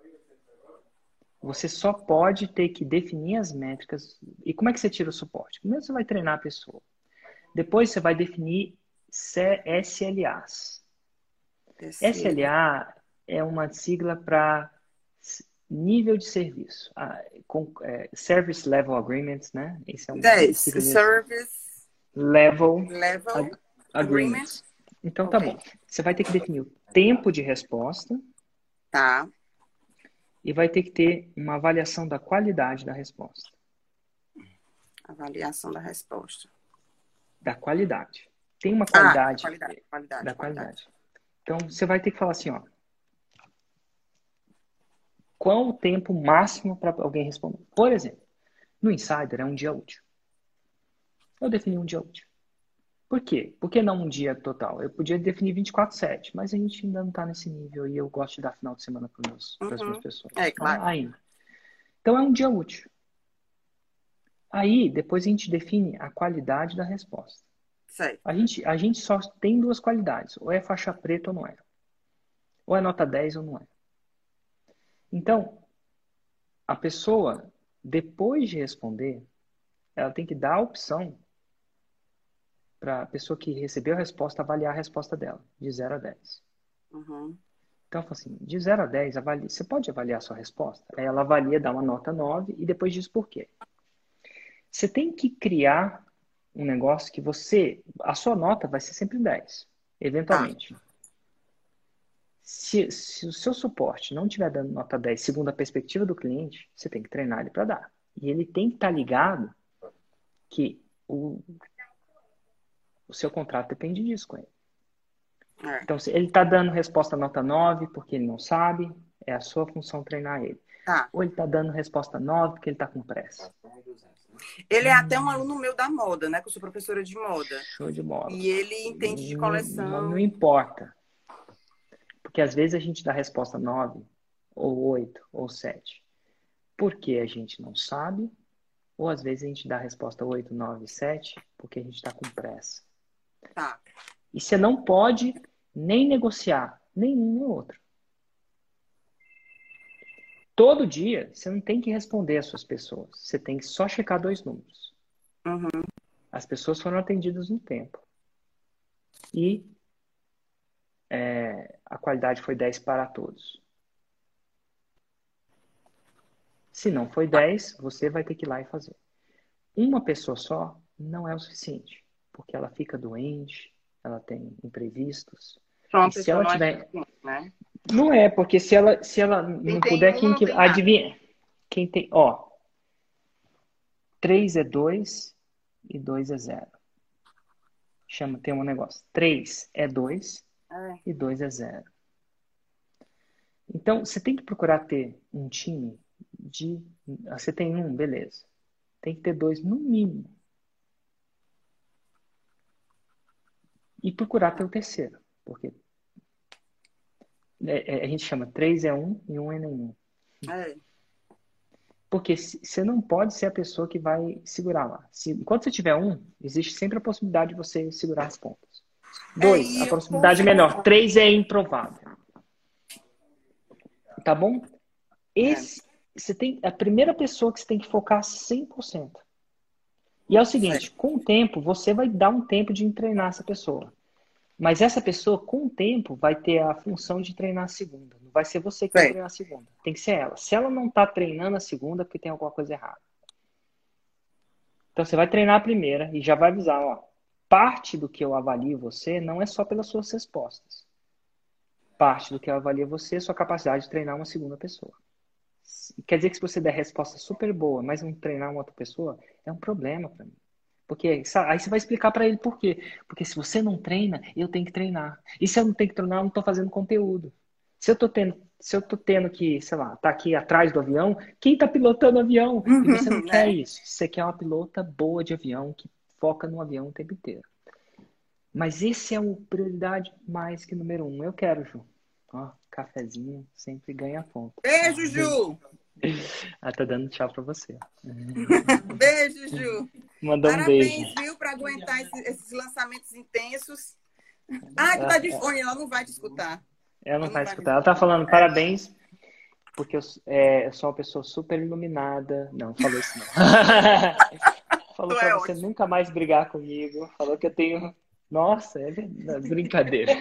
Você só pode ter que definir as métricas. E como é que você tira o suporte? Primeiro você vai treinar a pessoa. Depois você vai definir S L As. Esse... S L A é uma sigla para nível de serviço. Ah, com, é, Service Level Agreements, né? Esse é um dez. Service Level, level ag Agreement. Agreements. Então tá okay. bom. Você vai ter que definir o tempo de resposta. Tá. E vai ter que ter uma avaliação da qualidade da resposta. Avaliação da resposta. Da qualidade. Tem uma qualidade. Ah, qualidade, qualidade, da qualidade. qualidade. Então, você vai ter que falar assim, ó. qual o tempo máximo para alguém responder. Por exemplo, no Insider é um dia útil. Eu defini um dia útil. Por quê? Por que não um dia total? Eu podia definir vinte e quatro sete, mas a gente ainda não está nesse nível e eu gosto de dar final de semana para meus, as Uhum. minhas pessoas. É, claro. Então, ainda. Então, é um dia útil. Aí, depois a gente define a qualidade da resposta. Certo. A gente, a gente só tem duas qualidades. Ou é faixa preta ou não é. Ou é nota dez ou não é. Então, a pessoa, depois de responder, ela tem que dar a opção para a pessoa que recebeu a resposta avaliar a resposta dela, de zero a dez. Uhum. Então, eu falo assim, de zero a dez, avalie, você pode avaliar a sua resposta? Aí ela avalia, dá uma nota nove e depois diz por quê. Você tem que criar um negócio que você... A sua nota vai ser sempre dez, eventualmente. Se, se o seu suporte não estiver dando nota dez segundo a perspectiva do cliente, você tem que treinar ele para dar. E ele tem que estar ligado que o, o seu contrato depende disso com ele. É. Então, se ele está dando resposta nota nove porque ele não sabe, é a sua função treinar ele. Tá. Ou ele está dando resposta nove porque ele está com pressa. Ele é até um aluno meu da moda, né? Que eu sou professora de moda. Show de bola. E ele entende de Não, coleção. não, não importa. Porque às vezes a gente dá resposta nove, ou oito, ou sete. Porque a gente não sabe, ou às vezes a gente dá resposta oito, nove, sete, porque a gente está com pressa. Tá. E você não pode nem negociar nenhum ou outro. Todo dia, você não tem que responder às suas pessoas. Você tem que só checar dois números. Uhum. As pessoas foram atendidas no tempo. E é, a qualidade foi dez para todos. Se não foi dez, você vai ter que ir lá e fazer. Uma pessoa só não é o suficiente. Porque ela fica doente, ela tem imprevistos. Pronto, E se ela não tiver... é, né? Não é, porque se ela, se ela não tem puder, um, quem não que... tem nada. Adivinha? Quem tem... Ó, três é dois e dois é zero. Chama, tem um negócio. três é dois É. e dois é zero. Então, você tem que procurar ter um time de... Você tem um, beleza. Tem que ter dois no mínimo. E procurar ter o terceiro. Porque é, é, a gente chama três é um e um é nenhum. É. Porque você não pode ser a pessoa que vai segurar lá. Se, enquanto você tiver um, existe sempre a possibilidade de você segurar as pontas. Dois, É, a e possibilidade eu- menor. Três é improvável. Tá bom? Esse, você tem, a primeira pessoa que você tem que focar cem por cento. E é o seguinte, com o tempo, você vai dar um tempo de treinar essa pessoa. Mas essa pessoa, com o tempo, vai ter a função de treinar a segunda. Não vai ser você que vai Certo. treinar a segunda. Tem que ser ela. Se ela não está treinando a segunda, é porque tem alguma coisa errada. Então, você vai treinar a primeira e já vai avisar, ó. Parte do que eu avalio você não é só pelas suas respostas. Parte do que eu avalio você é sua capacidade de treinar uma segunda pessoa. Quer dizer que se você der resposta super boa, mas não treinar uma outra pessoa, é um problema para mim. Porque aí você vai explicar para ele por quê. Porque se você não treina, eu tenho que treinar. E se eu não tenho que treinar, eu não estou fazendo conteúdo. Se eu tô tendo, se eu tô tendo que, sei lá, tá aqui atrás do avião, quem tá pilotando o avião? E você não quer isso. Você quer uma pilota boa de avião, que foca no avião o tempo inteiro. Mas esse é a prioridade mais que número um. Eu quero, Ju. Ó, cafezinho sempre ganha ponto. Beijo, Ju! Ah, tá dando tchau pra você. Beijo, Ju! Mandou um Parabéns, beijo. viu, para aguentar esses, esses lançamentos intensos. Ah, tu tá de fone, ela não vai te escutar. Ela não Ela vai não escutar. vai Ela tá falando parabéns, porque eu, é, eu sou uma pessoa super iluminada. Não, falou isso não. Falou Tu pra é você ótimo. nunca mais brigar comigo. Falou que eu tenho... Nossa, é verdade. Brincadeira.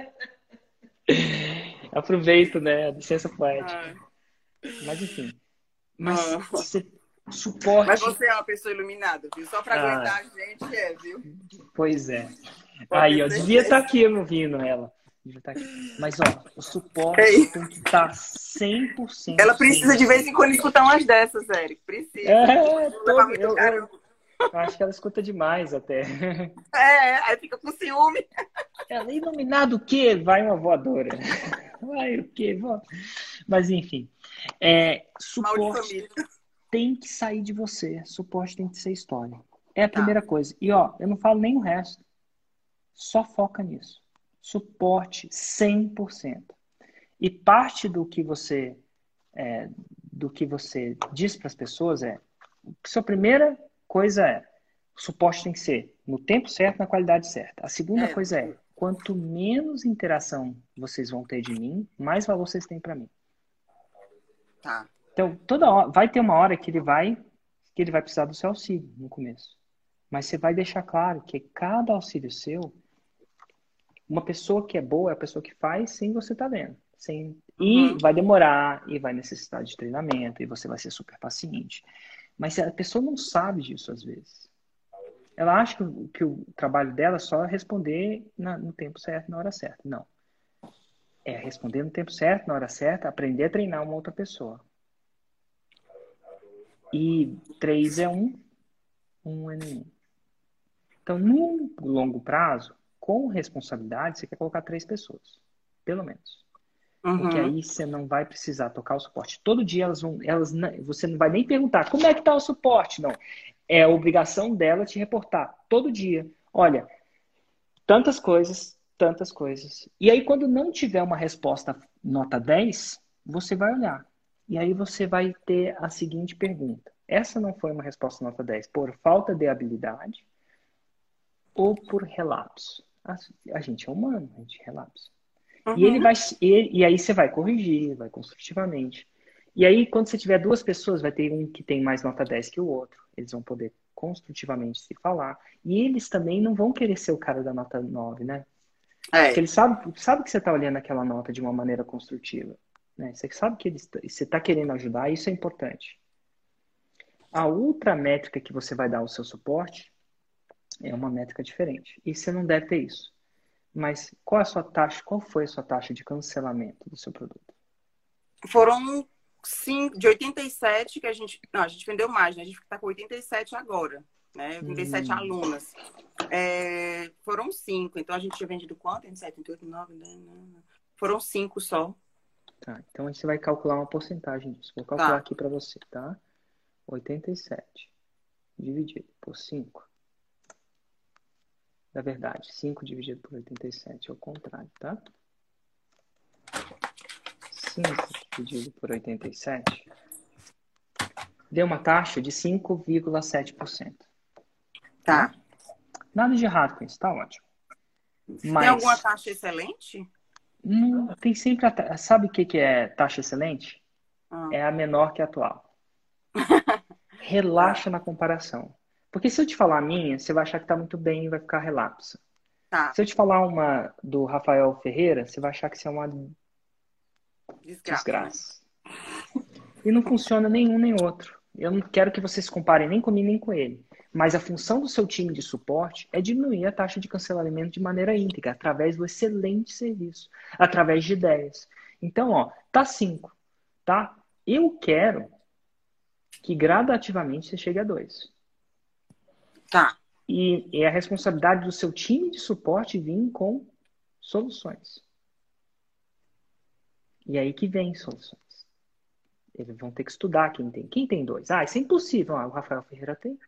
Aproveito, né? A licença poética. Ah, Mas enfim. Mas Ah. você... Suporte... mas você é uma pessoa iluminada, viu? Só para Ah. aguentar a gente, é, viu? Pois é. Pode Aí, ter ó, certeza. devia estar aqui eu ouvindo ela. Devia estar aqui. Mas, ó, o suporte Ei. tem que estar cem por cento. Ela precisa de vez em quando escutar umas dessas, Érico. Precisa. É, Não levar todo, muito eu, caramba. eu, eu acho que ela escuta demais até. É, aí fica com ciúme. Ela, iluminado o quê? Vai uma voadora. Vai o quê? Vó? Mas, enfim. É, Mal de suporte família. tem que sair de você. Suporte tem que ser história. É a Tá. primeira coisa. E, ó, eu não falo nem o resto. Só foca nisso. Suporte cem por cento. E parte do que você, é, do que você diz para as pessoas é: a sua primeira coisa é, o suporte tem que ser no tempo certo, na qualidade certa. A segunda É, coisa é, quanto menos interação vocês vão ter de mim, mais valor vocês têm para mim. tá. Então, toda hora, vai ter uma hora que ele vai, que ele vai precisar do seu auxílio no começo. Mas você vai deixar claro que cada auxílio seu, uma pessoa que é boa é a pessoa que faz sem você estar vendo. Sem... E Uhum. vai demorar, e vai necessitar de treinamento, e você vai ser super paciente. Mas a pessoa não sabe disso às vezes. Ela acha que o, que o trabalho dela é só responder na, no tempo certo, na hora certa. Não. É responder no tempo certo, na hora certa, aprender a treinar uma outra pessoa. E três é um, um é nenhum. Então, no longo prazo, com responsabilidade, você quer colocar três pessoas. Pelo menos. Porque Uhum. aí você não vai precisar tocar o suporte. Todo dia elas vão. Elas não, você não vai nem perguntar como é que está o suporte, não. É a obrigação dela te reportar todo dia. Olha, tantas coisas, tantas coisas. E aí, quando não tiver uma resposta nota dez, você vai olhar. E aí você vai ter a seguinte pergunta. Essa não foi uma resposta nota dez por falta de habilidade ou por relapso? A, a gente é humano, a gente relapsa. E ele Uhum. vai. E, e aí você vai corrigir, vai construtivamente. E aí, quando você tiver duas pessoas, vai ter um que tem mais nota dez que o outro. Eles vão poder construtivamente se falar. E eles também não vão querer ser o cara da nota nove, né? Porque É. eles sabem sabe que você está olhando aquela nota de uma maneira construtiva. Né? Você sabe que eles, você está querendo ajudar, isso é importante. A outra métrica que você vai dar ao seu suporte é uma métrica diferente. E você não deve ter isso. Mas qual é a sua taxa? Qual foi a sua taxa de cancelamento do seu produto? Foram cinco, de oitenta e sete que a gente. Não, a gente vendeu mais, né? A gente está com oitenta e sete agora, né? oitenta e sete Hum, alunas. É, foram cinco. Então a gente tinha vendido quanto? oitenta e sete, oitenta e oito, nove, dez, foram cinco só. tá. Então a gente vai calcular uma porcentagem disso. Vou calcular Tá. aqui para você, tá? oitenta e sete dividido por cinco. Na verdade, cinco dividido por oitenta e sete é o contrário, tá? cinco dividido por oitenta e sete deu uma taxa de cinco vírgula sete por cento. Tá. Tá? Nada de errado com isso, tá ótimo. Tem alguma Mas taxa excelente? não, tem sempre a ta- sabe o que que é taxa excelente? Ah, É a menor que a atual. tá. Relaxa na comparação. Porque se eu te falar a minha, você vai achar que tá muito bem e vai ficar relapso. Tá. Se eu te falar uma do Rafael Ferreira, você vai achar que isso é uma Desgraça, né? desgraça. E não funciona nenhum nem outro. Eu não quero que vocês comparem nem comigo nem com ele. Mas a função do seu time de suporte é diminuir a taxa de cancelamento de maneira íntegra, através do excelente serviço, através de ideias. Então, ó, tá cinco, tá? Eu quero que gradativamente você chegue a dois. Tá. E é a responsabilidade do seu time de suporte vir com soluções. E aí que vem soluções. Eles vão ter que estudar quem tem. Quem tem dois? Ah, isso é impossível. Ah, o Rafael Ferreira tem.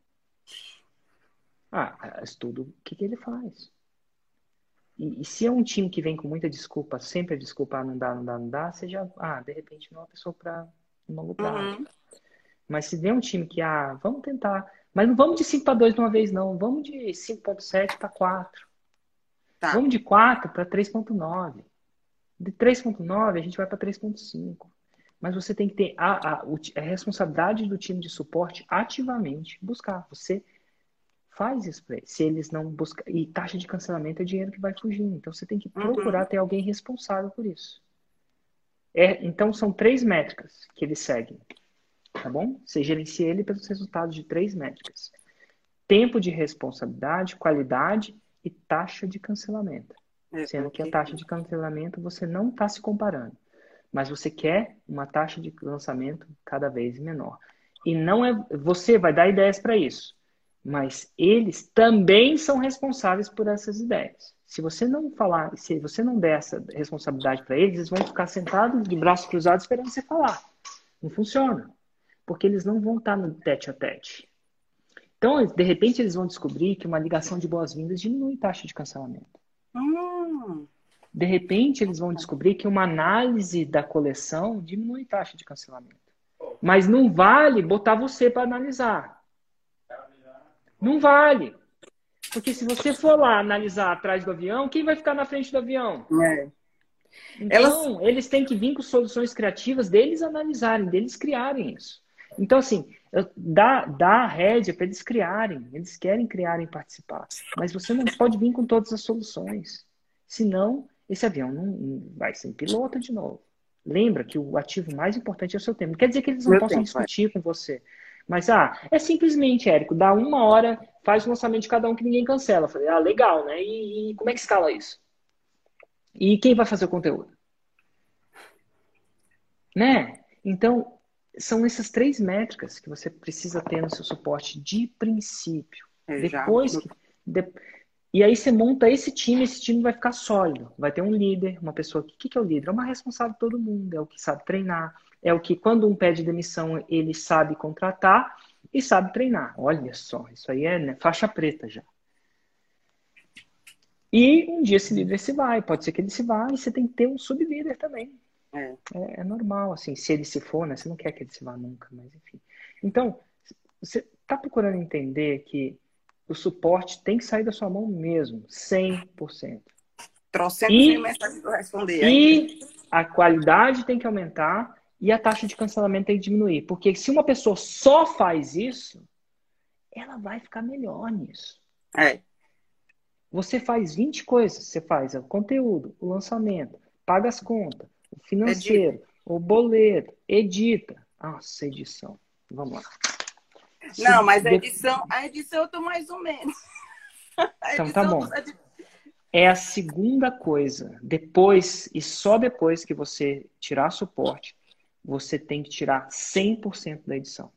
Ah, estudo o que, que ele faz. E, e se é um time que vem com muita desculpa, sempre a desculpa, ah, não dá, não dá, não dá, você já, ah, de repente não é uma pessoa para longo prazo. Uhum. Mas se vem um time que, ah, vamos tentar, mas não vamos de cinco para dois de uma vez, não. Vamos de cinco ponto sete para quatro. Tá. Vamos de quatro para três ponto nove. De três ponto nove a gente vai para três ponto cinco. Mas você tem que ter a, a, a responsabilidade do time de suporte ativamente buscar. Você faz isso para eles. Se eles não buscam. E taxa de cancelamento é dinheiro que vai fugindo. Então você tem que procurar Uhum. ter alguém responsável por isso. É, então são três métricas que eles seguem. Tá bom? Você gerencia ele pelos resultados de três métricas: tempo de responsabilidade, qualidade e taxa de cancelamento. É, Sendo que a ok. taxa de cancelamento você não está se comparando. Mas você quer uma taxa de lançamento cada vez menor. E não é você vai dar ideias para isso, mas eles também são responsáveis por essas ideias. Se você não falar, se você não der essa responsabilidade para eles, eles vão ficar sentados de braços cruzados esperando você falar. Não funciona. Porque eles não vão estar no tete a tete. Então, de repente, eles vão descobrir que uma ligação de boas-vindas diminui a taxa de cancelamento. Hum. De repente, eles vão descobrir que uma análise da coleção diminui a taxa de cancelamento. Mas não vale botar você para analisar. Não vale. Porque se você for lá analisar atrás do avião, quem vai ficar na frente do avião? É. Então, Elas... eles têm que vir com soluções criativas deles analisarem, deles criarem isso. Então, assim, dá, dá a rédea para eles criarem. Eles querem criar e participar. Mas você não pode vir com todas as soluções. Senão, esse avião não, não vai sem piloto de novo. Lembra que o ativo mais importante é o seu tempo. Não quer dizer que eles não Meu possam tempo, discutir com você. Mas, ah, é simplesmente, Érico, dá uma hora, faz o lançamento de cada um que ninguém cancela. Eu falei, ah, legal, né? E, e como é que escala isso? E quem vai fazer o conteúdo? Né? Então, são essas três métricas que você precisa ter no seu suporte de princípio. É, Depois já. que... De... E aí você monta esse time, esse time vai ficar sólido. Vai ter um líder, uma pessoa que... O que é o líder? É uma responsável de todo mundo, é o que sabe treinar, é o que, quando um pede demissão, ele sabe contratar e sabe treinar. Olha só, isso aí é, né, faixa preta já. E um dia esse líder se vai, pode ser que ele se vá, e você tem que ter um sublíder também. É. É, é normal, assim, se ele se for, né? Você não quer que ele se vá nunca, mas enfim. Então, você está procurando entender que o suporte tem que sair da sua mão mesmo, cem por cento. Trocentas E, mil mensagens para responder e ainda. a qualidade tem que aumentar e a taxa de cancelamento tem que diminuir. Porque se uma pessoa só faz isso, ela vai ficar melhor nisso. É. Você faz vinte coisas. Você faz o conteúdo, o lançamento, paga as contas, o financeiro, edita. O boleto, edita. Nossa, edição. Vamos lá. Não, mas a edição, a edição eu tô mais ou menos. A então tá bom. Tô... É a segunda coisa. Depois, e só depois que você tirar suporte, você tem que tirar cem por cento da edição.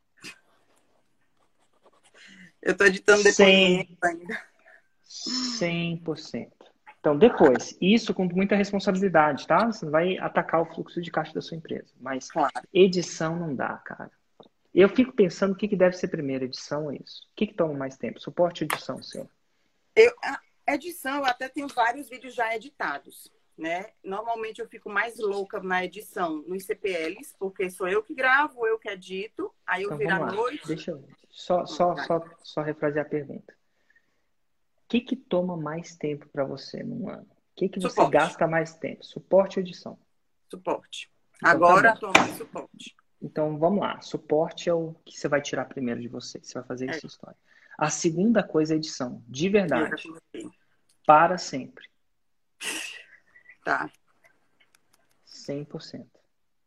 Eu tô editando depoimento ainda. cem por cento. Então, depois, isso com muita responsabilidade, tá? Você não vai atacar o fluxo de caixa da sua empresa. Mas claro. Edição não dá, cara. Eu fico pensando o que, que deve ser primeiro, edição ou isso? O que, que toma mais tempo? Suporte ou edição, senhor? Eu, a edição, eu até tenho vários vídeos já editados, né? Normalmente eu fico mais louca na edição, nos C P Ls, porque sou eu que gravo, eu que edito, aí eu então, viro à noite. Deixa eu só, só, só, só refrasear a pergunta. O que, que toma mais tempo para você num ano? O que, que você suporte. gasta mais tempo? Suporte ou edição? Suporte. Então, agora tá toma suporte. Então, vamos lá. Suporte é o que você vai tirar primeiro de você. Você vai fazer essa é. história. A segunda coisa é edição. De verdade. Para sempre. Tá. cem por cento.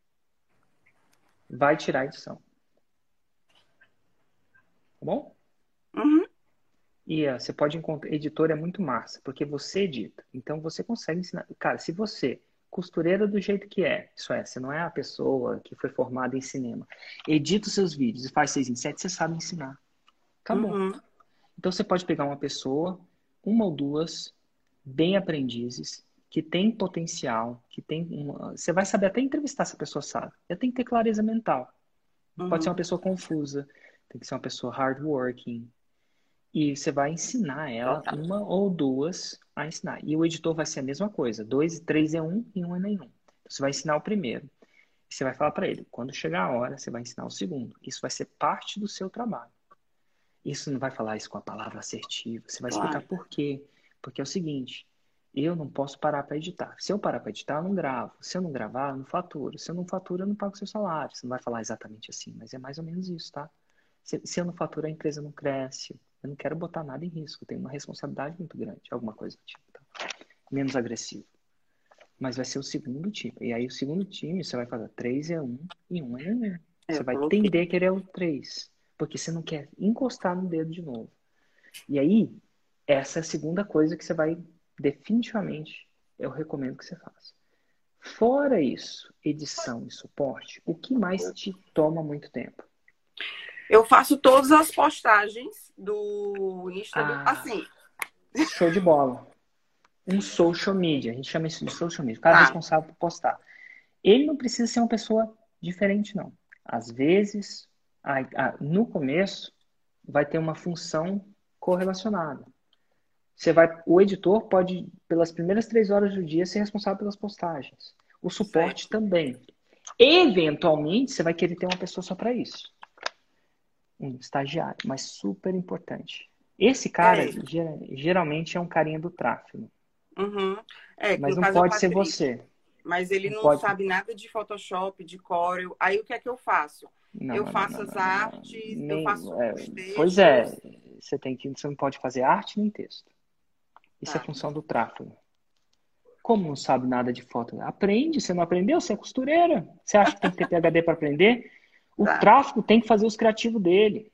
Vai tirar a edição. Tá bom? Uhum. E uh, você pode encontrar... Editor é muito massa, porque você edita. Então, você consegue ensinar... Cara, se você... Costureira do jeito que é. Isso é, você não é a pessoa que foi formada em cinema. Edita os seus vídeos e faz seis em sete, você sabe ensinar. Acabou. Uhum. Então você pode pegar uma pessoa, uma ou duas, bem aprendizes, que tem potencial, que tem uma... Você vai saber até entrevistar se a pessoa sabe. Ela tem que ter clareza mental. Uhum. Pode ser uma pessoa confusa, tem que ser uma pessoa hardworking. E você vai ensinar ela, uma ou duas, a ensinar. E o editor vai ser a mesma coisa. Dois, três é um e um é nenhum. Então, você vai ensinar o primeiro. E você vai falar para ele, quando chegar a hora, você vai ensinar o segundo. Isso vai ser parte do seu trabalho. Isso não vai falar isso com a palavra assertiva. Você vai explicar por quê. Porque é o seguinte, eu não posso parar para editar. Se eu parar para editar, eu não gravo. Se eu não gravar, eu não faturo. Se eu não faturo, eu não pago seu salário. Você não vai falar exatamente assim, mas é mais ou menos isso, tá? Se, se eu não faturo, a empresa não cresce. Eu não quero botar nada em risco. Eu tenho uma responsabilidade muito grande. Alguma coisa do tipo. Tá? Menos agressivo. Mas vai ser o segundo time. E aí o segundo time, você vai fazer três é um e um é um. Você vai entender que ele é o três. Porque você não quer encostar no dedo de novo. E aí, essa é a segunda coisa que você vai, definitivamente, eu recomendo que você faça. Fora isso, edição e suporte, o que mais te toma muito tempo? Eu faço todas as postagens do Insta, ah, do, assim. Show de bola. um social media. A gente chama isso de social media. O cara é Tá. responsável por postar. Ele não precisa ser uma pessoa diferente, não. Às vezes, a- a- no começo, vai ter uma função correlacionada. Você vai, o editor pode, pelas primeiras três horas do dia, ser responsável pelas postagens. O suporte Certo. também. Eventualmente, você vai querer ter uma pessoa só para isso. Um estagiário, mas super importante. Esse cara, É. ger- geralmente, é um carinha do tráfego. Uhum. É, que Mas no não caso é o pode ser Patrick. você. Mas ele Não não pode. sabe nada de Photoshop, de Corel. Aí o que é que eu faço? Não, Eu não, não, faço não, as não, não, não. artes, eu Nem, faço é, os pois é, textos. você tem que, você não pode fazer arte nem texto. Isso é Tá. função do tráfego. Como não sabe nada de foto? Aprende, você não aprendeu? Você é costureira. Você acha que tem que ter P H D para aprender? O Tá. tráfego tem que fazer os criativos dele.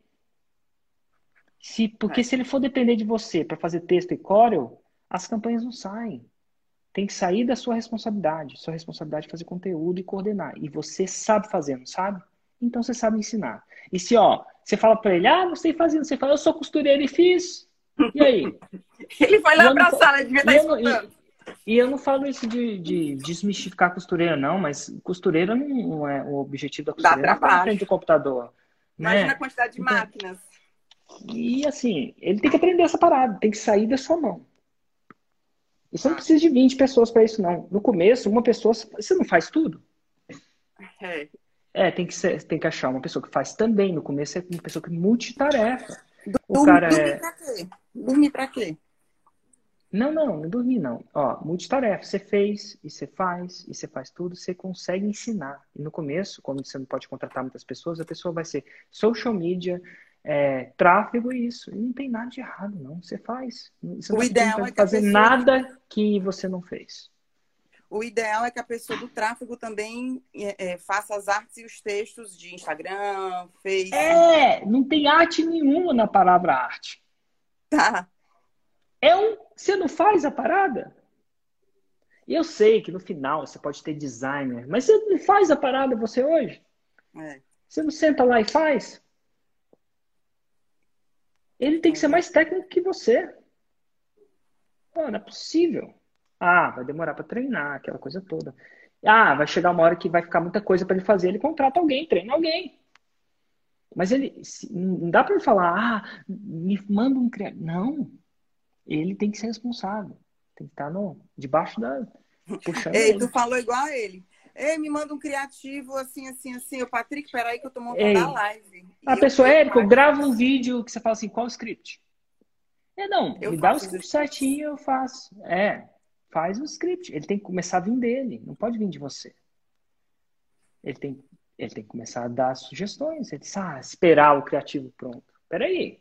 Se, porque É. se ele for depender de você para fazer texto e Corel, as campanhas não saem. Tem que sair da sua responsabilidade. Sua responsabilidade é fazer conteúdo e coordenar. E você sabe fazer, não sabe? Então você sabe ensinar. E se, ó, você fala para ele, ah, não sei fazer, você fala, eu sou costureira e fiz. E aí? Ele foi E lá eu não, abraçar, ele devia e estar eu não, e, escutando. e eu não falo isso de, de desmistificar a costureira, não, mas costureira não é o objetivo da Dá costureira, não é ficar na trabalho. frente do computador, Imagina a né? quantidade de Então, máquinas. e assim, ele tem que aprender essa parada, tem que sair da sua mão. E você não Tá. precisa de vinte pessoas para isso, não. No começo, uma pessoa, você não faz tudo. É. É, tem que, ser, tem que achar uma pessoa que faz também. No começo é uma pessoa que multitarefa. O Dormir, cara dormir é. pra quê? Dormir pra quê? Não, não, não dormir, não. Ó, multitarefa. Você fez, e você faz, e você faz tudo, você consegue ensinar. E no começo, quando você não pode contratar muitas pessoas, a pessoa vai ser social media, é, tráfego e isso. E não tem nada de errado, não. Você faz. Você não O está pedindo ideal para é que a fazer pessoa do, nada que você não fez. o ideal é que a pessoa do tráfego também é, é, faça as artes e os textos de Instagram, Face. É, não tem arte nenhuma na palavra arte. Tá. É um. Você não faz a parada? E eu sei que no final você pode ter designer, mas você não faz a parada você hoje? É, Você não senta lá e faz? Ele tem que ser mais exato. técnico que você. Pô, não é possível. Ah, vai demorar para treinar, aquela coisa toda. Ah, vai chegar uma hora que vai ficar muita coisa para ele fazer, ele contrata alguém, treina alguém. Mas ele se- não dá para ele falar, ah, me manda um criativo. Não, ele tem que ser responsável. Tem que estar no, debaixo da. Puxando Ei, tu ele. falou igual a ele. Ei, me manda um criativo assim, assim, assim. O Patrick, peraí que eu tô montando a Ei, live. a E eu, pessoa, eu Érico, faço grava um isso. vídeo que você fala assim, qual o script? É, não, Eu me dá o faço os script scripts. certinho, eu faço. É, faz o script. Ele tem que começar a vir dele, não pode vir de você. Ele tem, ele tem que começar a dar sugestões. Ele diz, ah, esperar o criativo pronto. Peraí.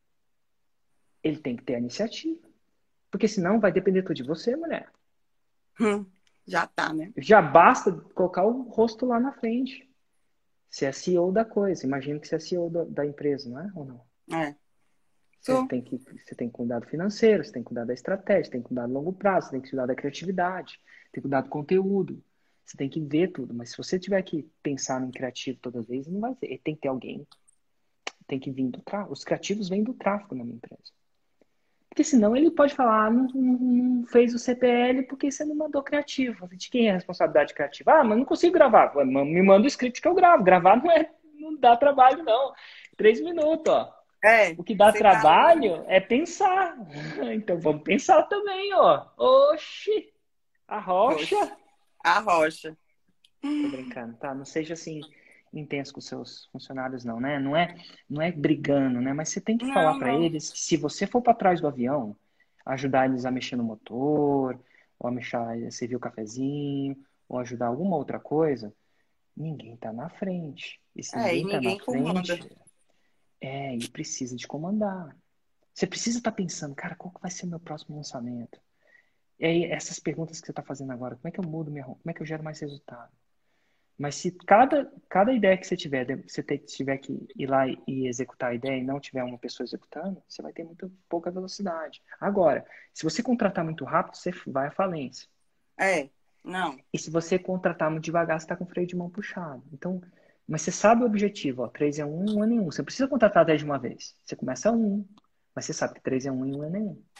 Ele tem que ter a iniciativa. Porque senão vai depender tudo de você, mulher. Hum, já tá, né? Já basta colocar o rosto lá na frente. Você é C E O da coisa. Imagino que você é C E O da, da empresa, não é? Ou não? É. Você Tô. tem que, você tem que cuidar do financeiro, você tem que cuidar da estratégia, você tem que cuidar do longo prazo, você tem que cuidar da criatividade, tem que cuidar do conteúdo. Você tem que ver tudo. Mas se você tiver que pensar no criativo toda vez, não vai ser. Tem que ter alguém. Tem que vir do tráfego. Os criativos vêm do tráfego na minha empresa. Porque senão ele pode falar, ah, não, não, não fez o C P L porque você não mandou criativo. De quem é a responsabilidade criativa? Ah, mas não consigo gravar. Me manda o script que eu gravo. Gravar não, é, não dá trabalho, não. Três minutos, ó. É, O que dá sentar ali. trabalho é pensar. Então vamos pensar também, ó. Oxi, a rocha. Poxa, a rocha. Tô brincando, tá? Não seja assim intenso com seus funcionários, não, né? Não é, não é brigando, né? Mas você tem que falar Não, para não. eles que se você for para trás do avião, ajudar eles a mexer no motor, ou a mexer, a servir o cafezinho, ou ajudar alguma outra coisa, ninguém tá na frente. E se É, e ninguém tá na ninguém comanda. frente, é, e precisa de comandar. Você precisa estar pensando, cara, qual que vai ser o meu próximo lançamento? E aí, essas perguntas que você está fazendo agora, como é que eu mudo minha, como é que eu gero mais resultado? Mas se cada, cada ideia que você tiver, você tiver que ir lá e executar a ideia e não tiver uma pessoa executando, você vai ter muito pouca velocidade. Agora, se você contratar muito rápido, você vai à falência. É, não. E se você contratar muito devagar, você está com o freio de mão puxado. Então, mas você sabe o objetivo, ó, três é um, um ano em um. Você não precisa contratar dez de uma vez. Você começa um, mas você sabe que três é um e um ano em um.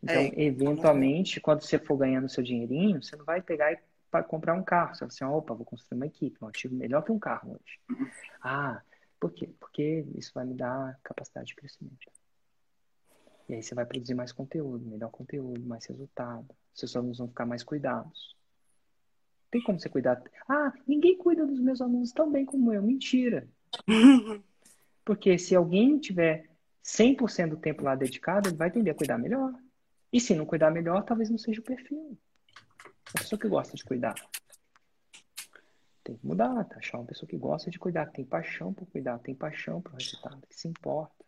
Então, É. eventualmente, quando você for ganhando seu dinheirinho, você não vai pegar e para comprar um carro. Você vai assim, opa, vou construir uma equipe, um ativo melhor que um carro hoje. Ah, por quê? Porque isso vai me dar capacidade de crescimento. E aí você vai produzir mais conteúdo, melhor conteúdo, mais resultado. Seus alunos vão ficar mais cuidados. Tem como você cuidar? Ah, ninguém cuida dos meus alunos tão bem como eu. Mentira. Porque se alguém tiver cem por cento do tempo lá dedicado, ele vai tender a cuidar melhor. E se não cuidar melhor, talvez não seja o perfil. A pessoa que gosta de cuidar. Tem que mudar, tá? Achar uma pessoa que gosta de cuidar, que tem paixão por cuidar, tem paixão por resultado, que se importa.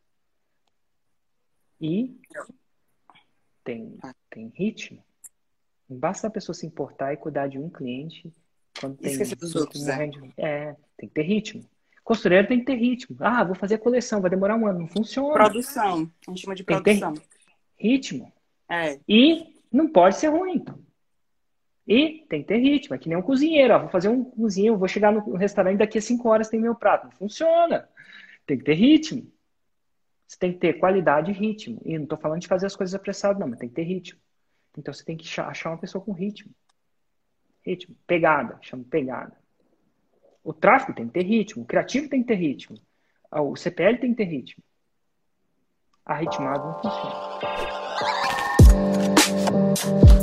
E tem, tem ritmo. Não basta a pessoa se importar e cuidar de um cliente quando tem Esquecer dos outros, é. morrendo. É, tem que ter ritmo. Costureiro tem que ter ritmo. Ah, vou fazer a coleção, vai demorar um ano. Não funciona. Produção. A gente chama de Tem que ter produção. ritmo. É. E não pode ser ruim. E tem que ter ritmo. É que nem um cozinheiro. Ó, vou fazer um cozinho, vou chegar no restaurante daqui a cinco horas tem meu prato. Não funciona. Tem que ter ritmo. Você tem que ter qualidade e ritmo. E não estou falando de fazer as coisas apressadas, não, mas tem que ter ritmo. Então você tem que achar uma pessoa com ritmo. Ritmo. Pegada. Chama pegada. O tráfego tem que ter ritmo. O criativo tem que ter ritmo. O C P L tem que ter ritmo. Arritmado não funciona.